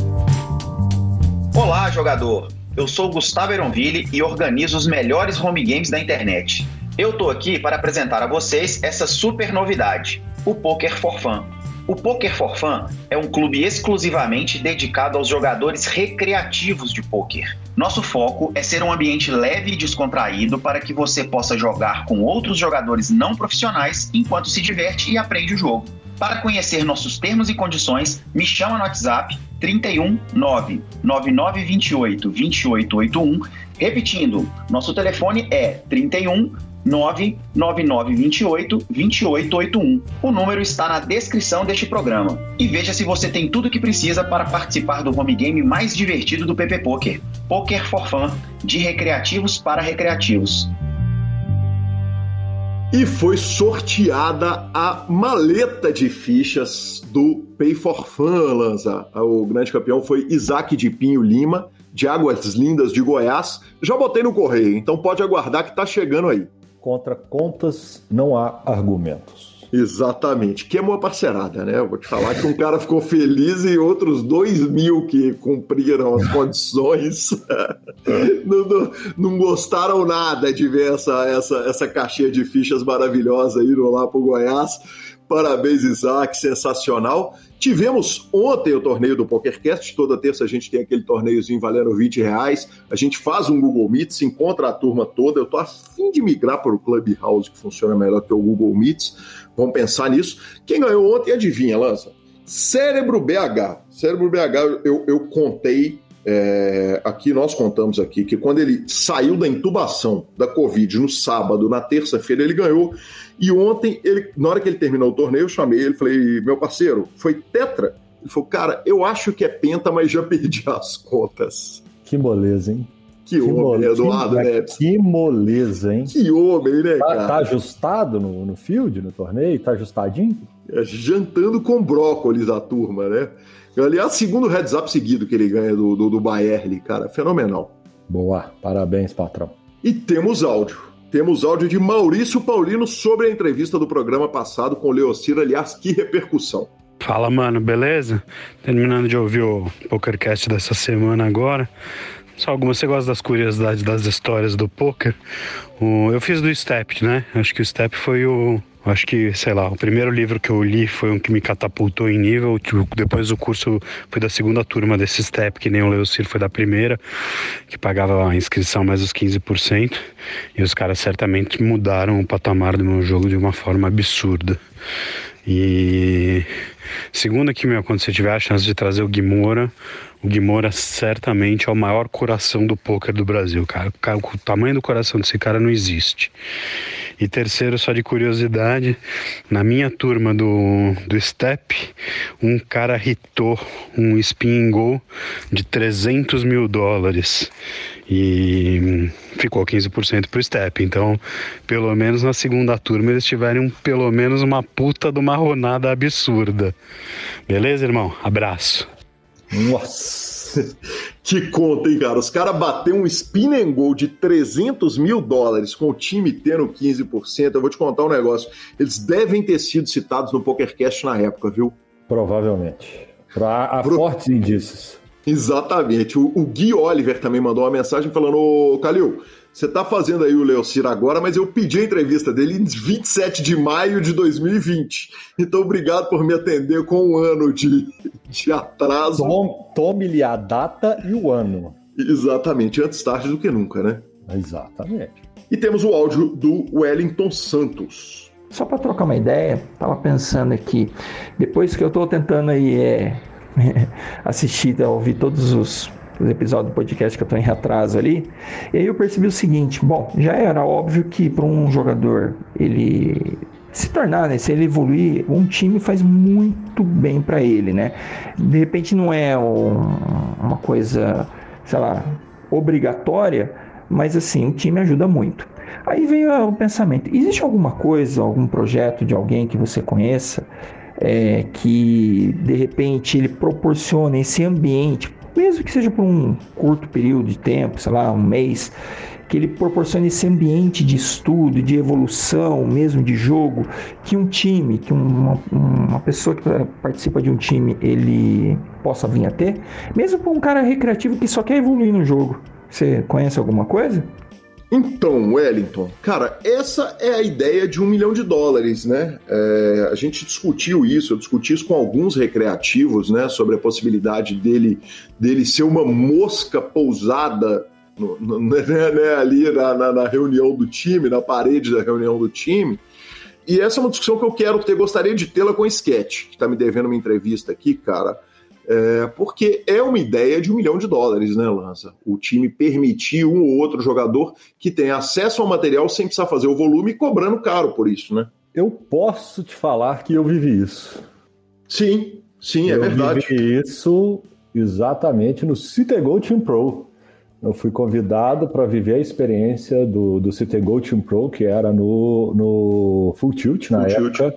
Olá, jogador. Eu sou o Gustavo Eronville e organizo os melhores home games da internet. Eu tô aqui para apresentar a vocês essa super novidade, o Poker for Fun. O Poker for Fun é um clube exclusivamente dedicado aos jogadores recreativos de poker. Nosso foco é ser um ambiente leve e descontraído para que você possa jogar com outros jogadores não profissionais enquanto se diverte e aprende o jogo. Para conhecer nossos termos e condições, me chama no WhatsApp 31 99928 2881. Repetindo, nosso telefone é 31 99928 2881. O número está na descrição deste programa. E veja se você tem tudo o que precisa para participar do home game mais divertido do PP Poker. Poker for Fun, de recreativos para recreativos. E foi sorteada a maleta de fichas do Pay for Fun, Lanza. O grande campeão foi Isaac de Pinho Lima, de Águas Lindas de Goiás. Já botei no correio, então pode aguardar que tá chegando aí. Contra contas não há argumentos. Exatamente. Que é uma parcerada, né? Eu vou te falar que um cara ficou feliz e outros 2.000 que cumpriram as condições não gostaram nada de ver essa caixinha de fichas maravilhosa indo lá pro Goiás. Parabéns, Isaac, sensacional. Tivemos ontem o torneio do PokerCast, toda terça a gente tem aquele torneiozinho valendo R$20, a gente faz um Google Meet, se encontra a turma toda, eu tô a fim de migrar para o Clubhouse, que funciona melhor que o Google Meets, vamos pensar nisso. Quem ganhou ontem, adivinha, Lança? Cérebro BH. Cérebro BH, eu contei, aqui nós contamos aqui, que quando ele saiu da intubação da Covid no sábado, na terça-feira ele ganhou. E ontem, na hora que ele terminou o torneio, eu chamei ele e falei, meu parceiro, foi tetra? Ele falou, cara, eu acho que é penta, mas já perdi as contas. Que moleza, hein? Que homem, Eduardo Neves. Que moleza, hein? Que homem, né, cara? Tá ajustado no field, no torneio? Tá ajustadinho? Jantando com brócolis a turma, né? Aliás, segundo heads up seguido que ele ganha do Bayerly, cara, fenomenal. Boa, parabéns, patrão. E temos áudio. Temos áudio de Maurício Paulino sobre a entrevista do programa passado com o Leocir. Aliás, que repercussão. Fala, mano, beleza? Terminando de ouvir o PokerCast dessa semana agora. Só algumas, você gosta das curiosidades das histórias do poker? Eu fiz do Step, né? Acho que o Step foi o primeiro livro que eu li foi um que me catapultou em nível. Depois do curso foi da segunda turma desse Step, que nem o Leocir foi da primeira, que pagava a inscrição mais os 15%. E os caras certamente mudaram o patamar do meu jogo de uma forma absurda. E segunda que, quando você tiver a chance de trazer o Guimora certamente é o maior coração do poker do Brasil, cara. O tamanho do coração desse cara não existe. E terceiro, só de curiosidade, na minha turma do Step, um cara hitou um spin goal de $300 mil e ficou 15% pro Step. Então, pelo menos na segunda turma eles tiveram pelo menos uma puta de uma ronada absurda. Beleza, irmão? Abraço. Nossa, que conta, hein, cara? Os caras bateram um spin and goal de $300 mil com o time tendo 15%. Eu vou te contar um negócio. Eles devem ter sido citados no PokerCast na época, viu? Provavelmente. Há fortes indícios. Exatamente. O Gui Oliver também mandou uma mensagem falando: ô Calil, você tá fazendo aí o Leocir agora, mas eu pedi a entrevista dele em 27 de maio de 2020. Então, obrigado por me atender com um ano de atraso. Tome-lhe a data e o ano. Exatamente, antes tarde do que nunca, né? Exatamente. E temos o áudio do Wellington Santos. Só para trocar uma ideia, tava pensando aqui, depois que eu tô tentando aí assistir, ouvir todos os episódios do podcast que eu tô em atraso ali, e aí eu percebi o seguinte: bom, já era óbvio que para um jogador ele se tornar, né, se ele evoluir, um time faz muito bem para ele, né? De repente não é uma coisa, sei lá, obrigatória, mas assim, o time ajuda muito. Aí veio o pensamento: existe alguma coisa, algum projeto de alguém que você conheça, que de repente ele proporcione esse ambiente, mesmo que seja por um curto período de tempo, sei lá, um mês, que ele proporcione esse ambiente de estudo, de evolução, mesmo de jogo, que um time, que uma pessoa que participa de um time, ele possa vir a ter, mesmo para um cara recreativo que só quer evoluir no jogo. Você conhece alguma coisa? Então, Wellington, cara, essa é a ideia de $1 milhão, né? A gente discutiu isso, eu discuti isso com alguns recreativos, né? Sobre a possibilidade dele ser uma mosca pousada ali na reunião do time, na parede da reunião do time. E essa é uma discussão que eu gostaria de tê-la com o Sketch, que tá me devendo uma entrevista aqui, cara. Porque é uma ideia de $1 milhão, né, Lanza? O time permitir um ou outro jogador que tenha acesso ao material sem precisar fazer o volume e cobrando caro por isso, né? Eu posso te falar que eu vivi isso. Sim, é verdade. Eu vivi isso exatamente no CityGo Team Pro. Eu fui convidado para viver a experiência do CityGo Team Pro, que era no Full Tilt na época.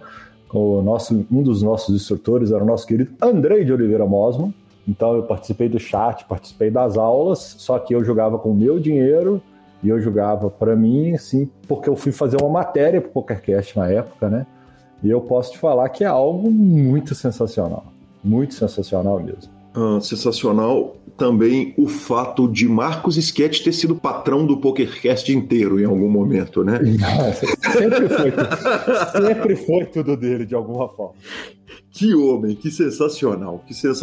Um dos nossos instrutores era o nosso querido Andrei de Oliveira Mosman. Então eu participei do chat, participei das aulas, só que eu jogava com o meu dinheiro e eu jogava para mim, assim, porque eu fui fazer uma matéria pro PokerCast na época, né? E eu posso te falar que é algo muito sensacional mesmo. Sensacional também o fato de Marcos Sketch ter sido patrão do PokerCast inteiro em algum momento, né? Sempre foi tudo dele, de alguma forma. Que homem, que sensacional.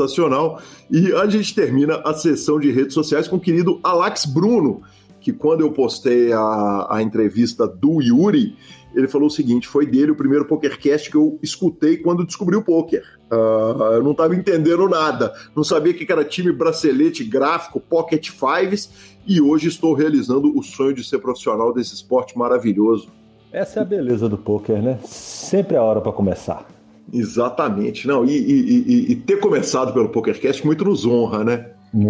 E a gente termina a sessão de redes sociais com o querido Alex Bruno, que quando eu postei a entrevista do Yuri, ele falou o seguinte: foi dele o primeiro PokerCast que eu escutei quando descobri o poker. Eu não estava entendendo nada, não sabia o que era time, bracelete, gráfico, pocket fives, e hoje estou realizando o sonho de ser profissional desse esporte maravilhoso. Essa é a beleza do poker, né? Sempre é a hora para começar. Exatamente. Não, e ter começado pelo PokerCast muito nos honra, né?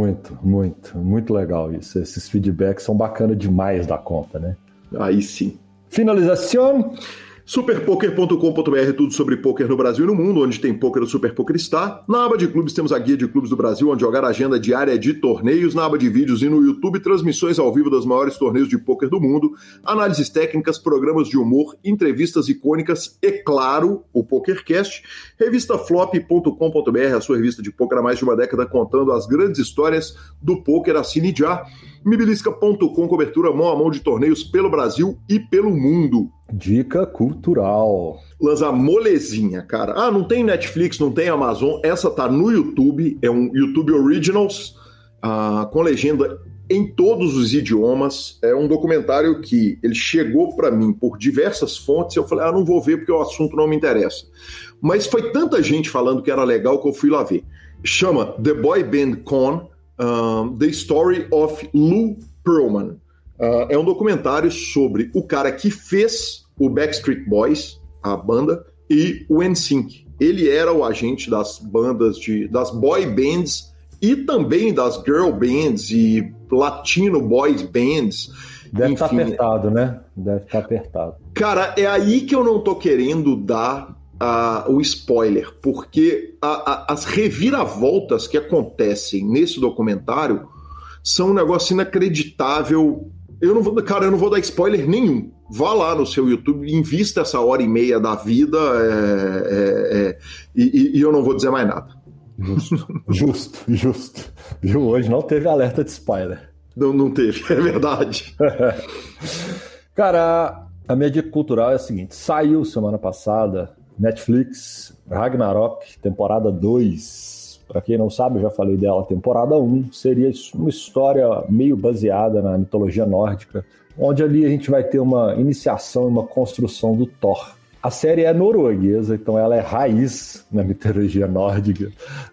Muito legal isso. Esses feedbacks são bacanas demais da conta, né? Aí sim. Finalização. Superpoker.com.br, tudo sobre poker no Brasil e no mundo, onde tem poker, o Super Poker está. Na aba de clubes temos a guia de clubes do Brasil, onde jogar a agenda diária de torneios. Na aba de vídeos e no YouTube, transmissões ao vivo dos maiores torneios de poker do mundo, análises técnicas, programas de humor, entrevistas icônicas e, claro, o PokerCast. Revistaflop.com.br, a sua revista de poker há mais de uma década, contando as grandes histórias do poker. Assine já. Mibilisca.com, cobertura mão a mão de torneios pelo Brasil e pelo mundo. Dica cultural. Lança molezinha, cara. Não tem Netflix, não tem Amazon. Essa tá no YouTube, é um YouTube Originals, com legenda em todos os idiomas. É um documentário que ele chegou para mim por diversas fontes. Eu falei, não vou ver porque o assunto não me interessa. Mas foi tanta gente falando que era legal que eu fui lá ver. Chama The Boy Band Con, The Story of Lou Pearlman. É um documentário sobre o cara que fez o Backstreet Boys, a banda, e o NSYNC. Ele era o agente das bandas, das boy bands e também das girl bands e latino boys bands. Deve estar apertado, né? Deve estar apertado. Cara, é aí que eu não tô querendo dar o spoiler, porque as reviravoltas que acontecem nesse documentário são um negócio inacreditável. Eu não vou dar spoiler nenhum. Vá lá no seu YouTube, invista essa hora e meia da vida e eu não vou dizer mais nada. Justo. Viu? Hoje não teve alerta de spoiler. Não teve, é verdade. Cara, a minha dica cultural é a seguinte. Saiu semana passada, Netflix, Ragnarok, temporada 2. Para quem não sabe, eu já falei dela, temporada 1. Seria uma história meio baseada na mitologia nórdica, onde ali a gente vai ter uma iniciação e uma construção do Thor. A série é norueguesa, então ela é raiz na mitologia nórdica.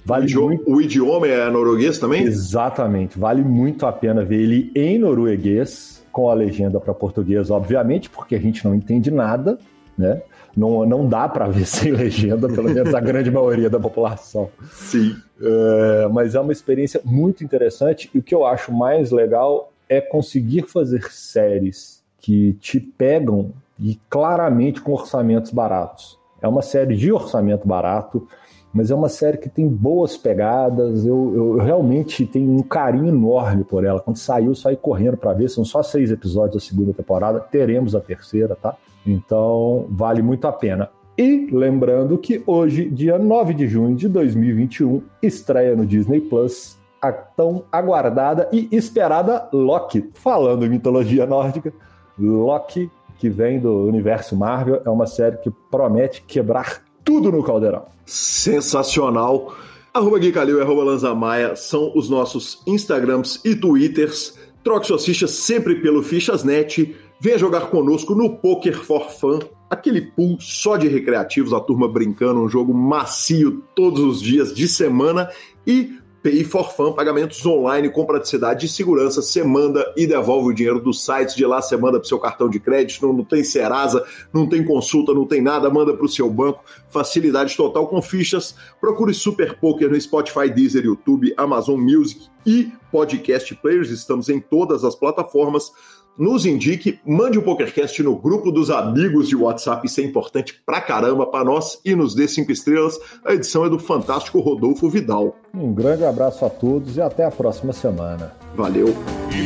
O idioma é norueguês também? Exatamente. Vale muito a pena ver ele em norueguês, com a legenda para português, obviamente, porque a gente não entende nada, né? Não dá para ver sem legenda, pelo menos a grande maioria da população. Sim. Mas é uma experiência muito interessante, e o que eu acho mais legal é conseguir fazer séries que te pegam e claramente com orçamentos baratos. É uma série de orçamento barato, mas é uma série que tem boas pegadas. Eu realmente tenho um carinho enorme por ela. Quando saiu, saí correndo para ver. São só 6 episódios da segunda temporada. Teremos a terceira, tá? Então, vale muito a pena. E lembrando que hoje, dia 9 de junho de 2021, estreia no Disney Plus a tão aguardada e esperada Loki. Falando em mitologia nórdica, Loki, que vem do universo Marvel, é uma série que promete quebrar tudo no caldeirão. Sensacional. @Gui Calil e @Lanza Maia são os nossos Instagrams e Twitters. Troque suas fichas sempre pelo Fichasnet. Venha jogar conosco no Poker for Fun, aquele pool só de recreativos, a turma brincando, um jogo macio todos os dias de semana. E Pay for Fun, pagamentos online com praticidade e segurança. Você manda e devolve o dinheiro dos sites. De lá você manda para o seu cartão de crédito. Não tem Serasa, não tem consulta, não tem nada. Manda para o seu banco. Facilidade total com fichas. Procure Super Poker no Spotify, Deezer, YouTube, Amazon Music e Podcast Players. Estamos em todas as plataformas. Nos indique, mande o PokerCast no grupo dos amigos de WhatsApp, isso é importante pra caramba pra nós, e nos dê 5 estrelas. A edição é do fantástico Rodolfo Vidal. Um grande abraço a todos e até a próxima semana. Valeu!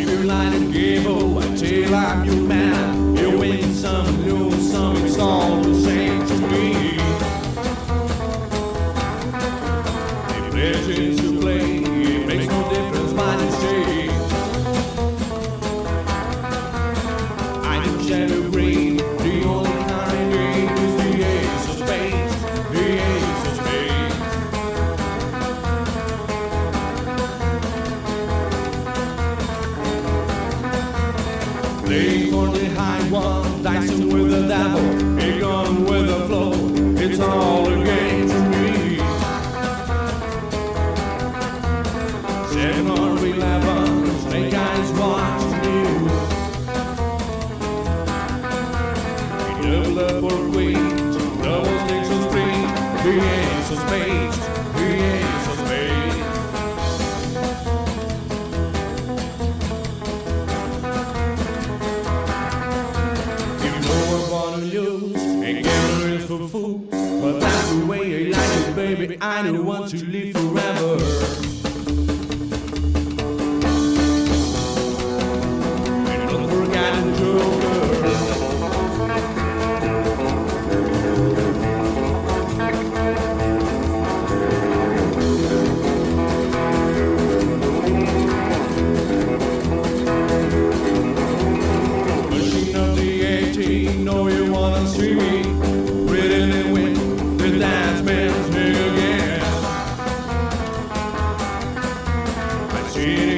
Playing for the high one, dicing with the devil, a gun with the flow, it's all a game to me. 7 or 11, snake eyes watching you. We double up or queens, double sticks of spring, 3 aces of spades, 3 aces of spades. For fools, but that's the way I like it, baby. I don't want to live forever. And don't forget the joker. Machine of the 18, know you wanna see me. Dance man's me again. I see it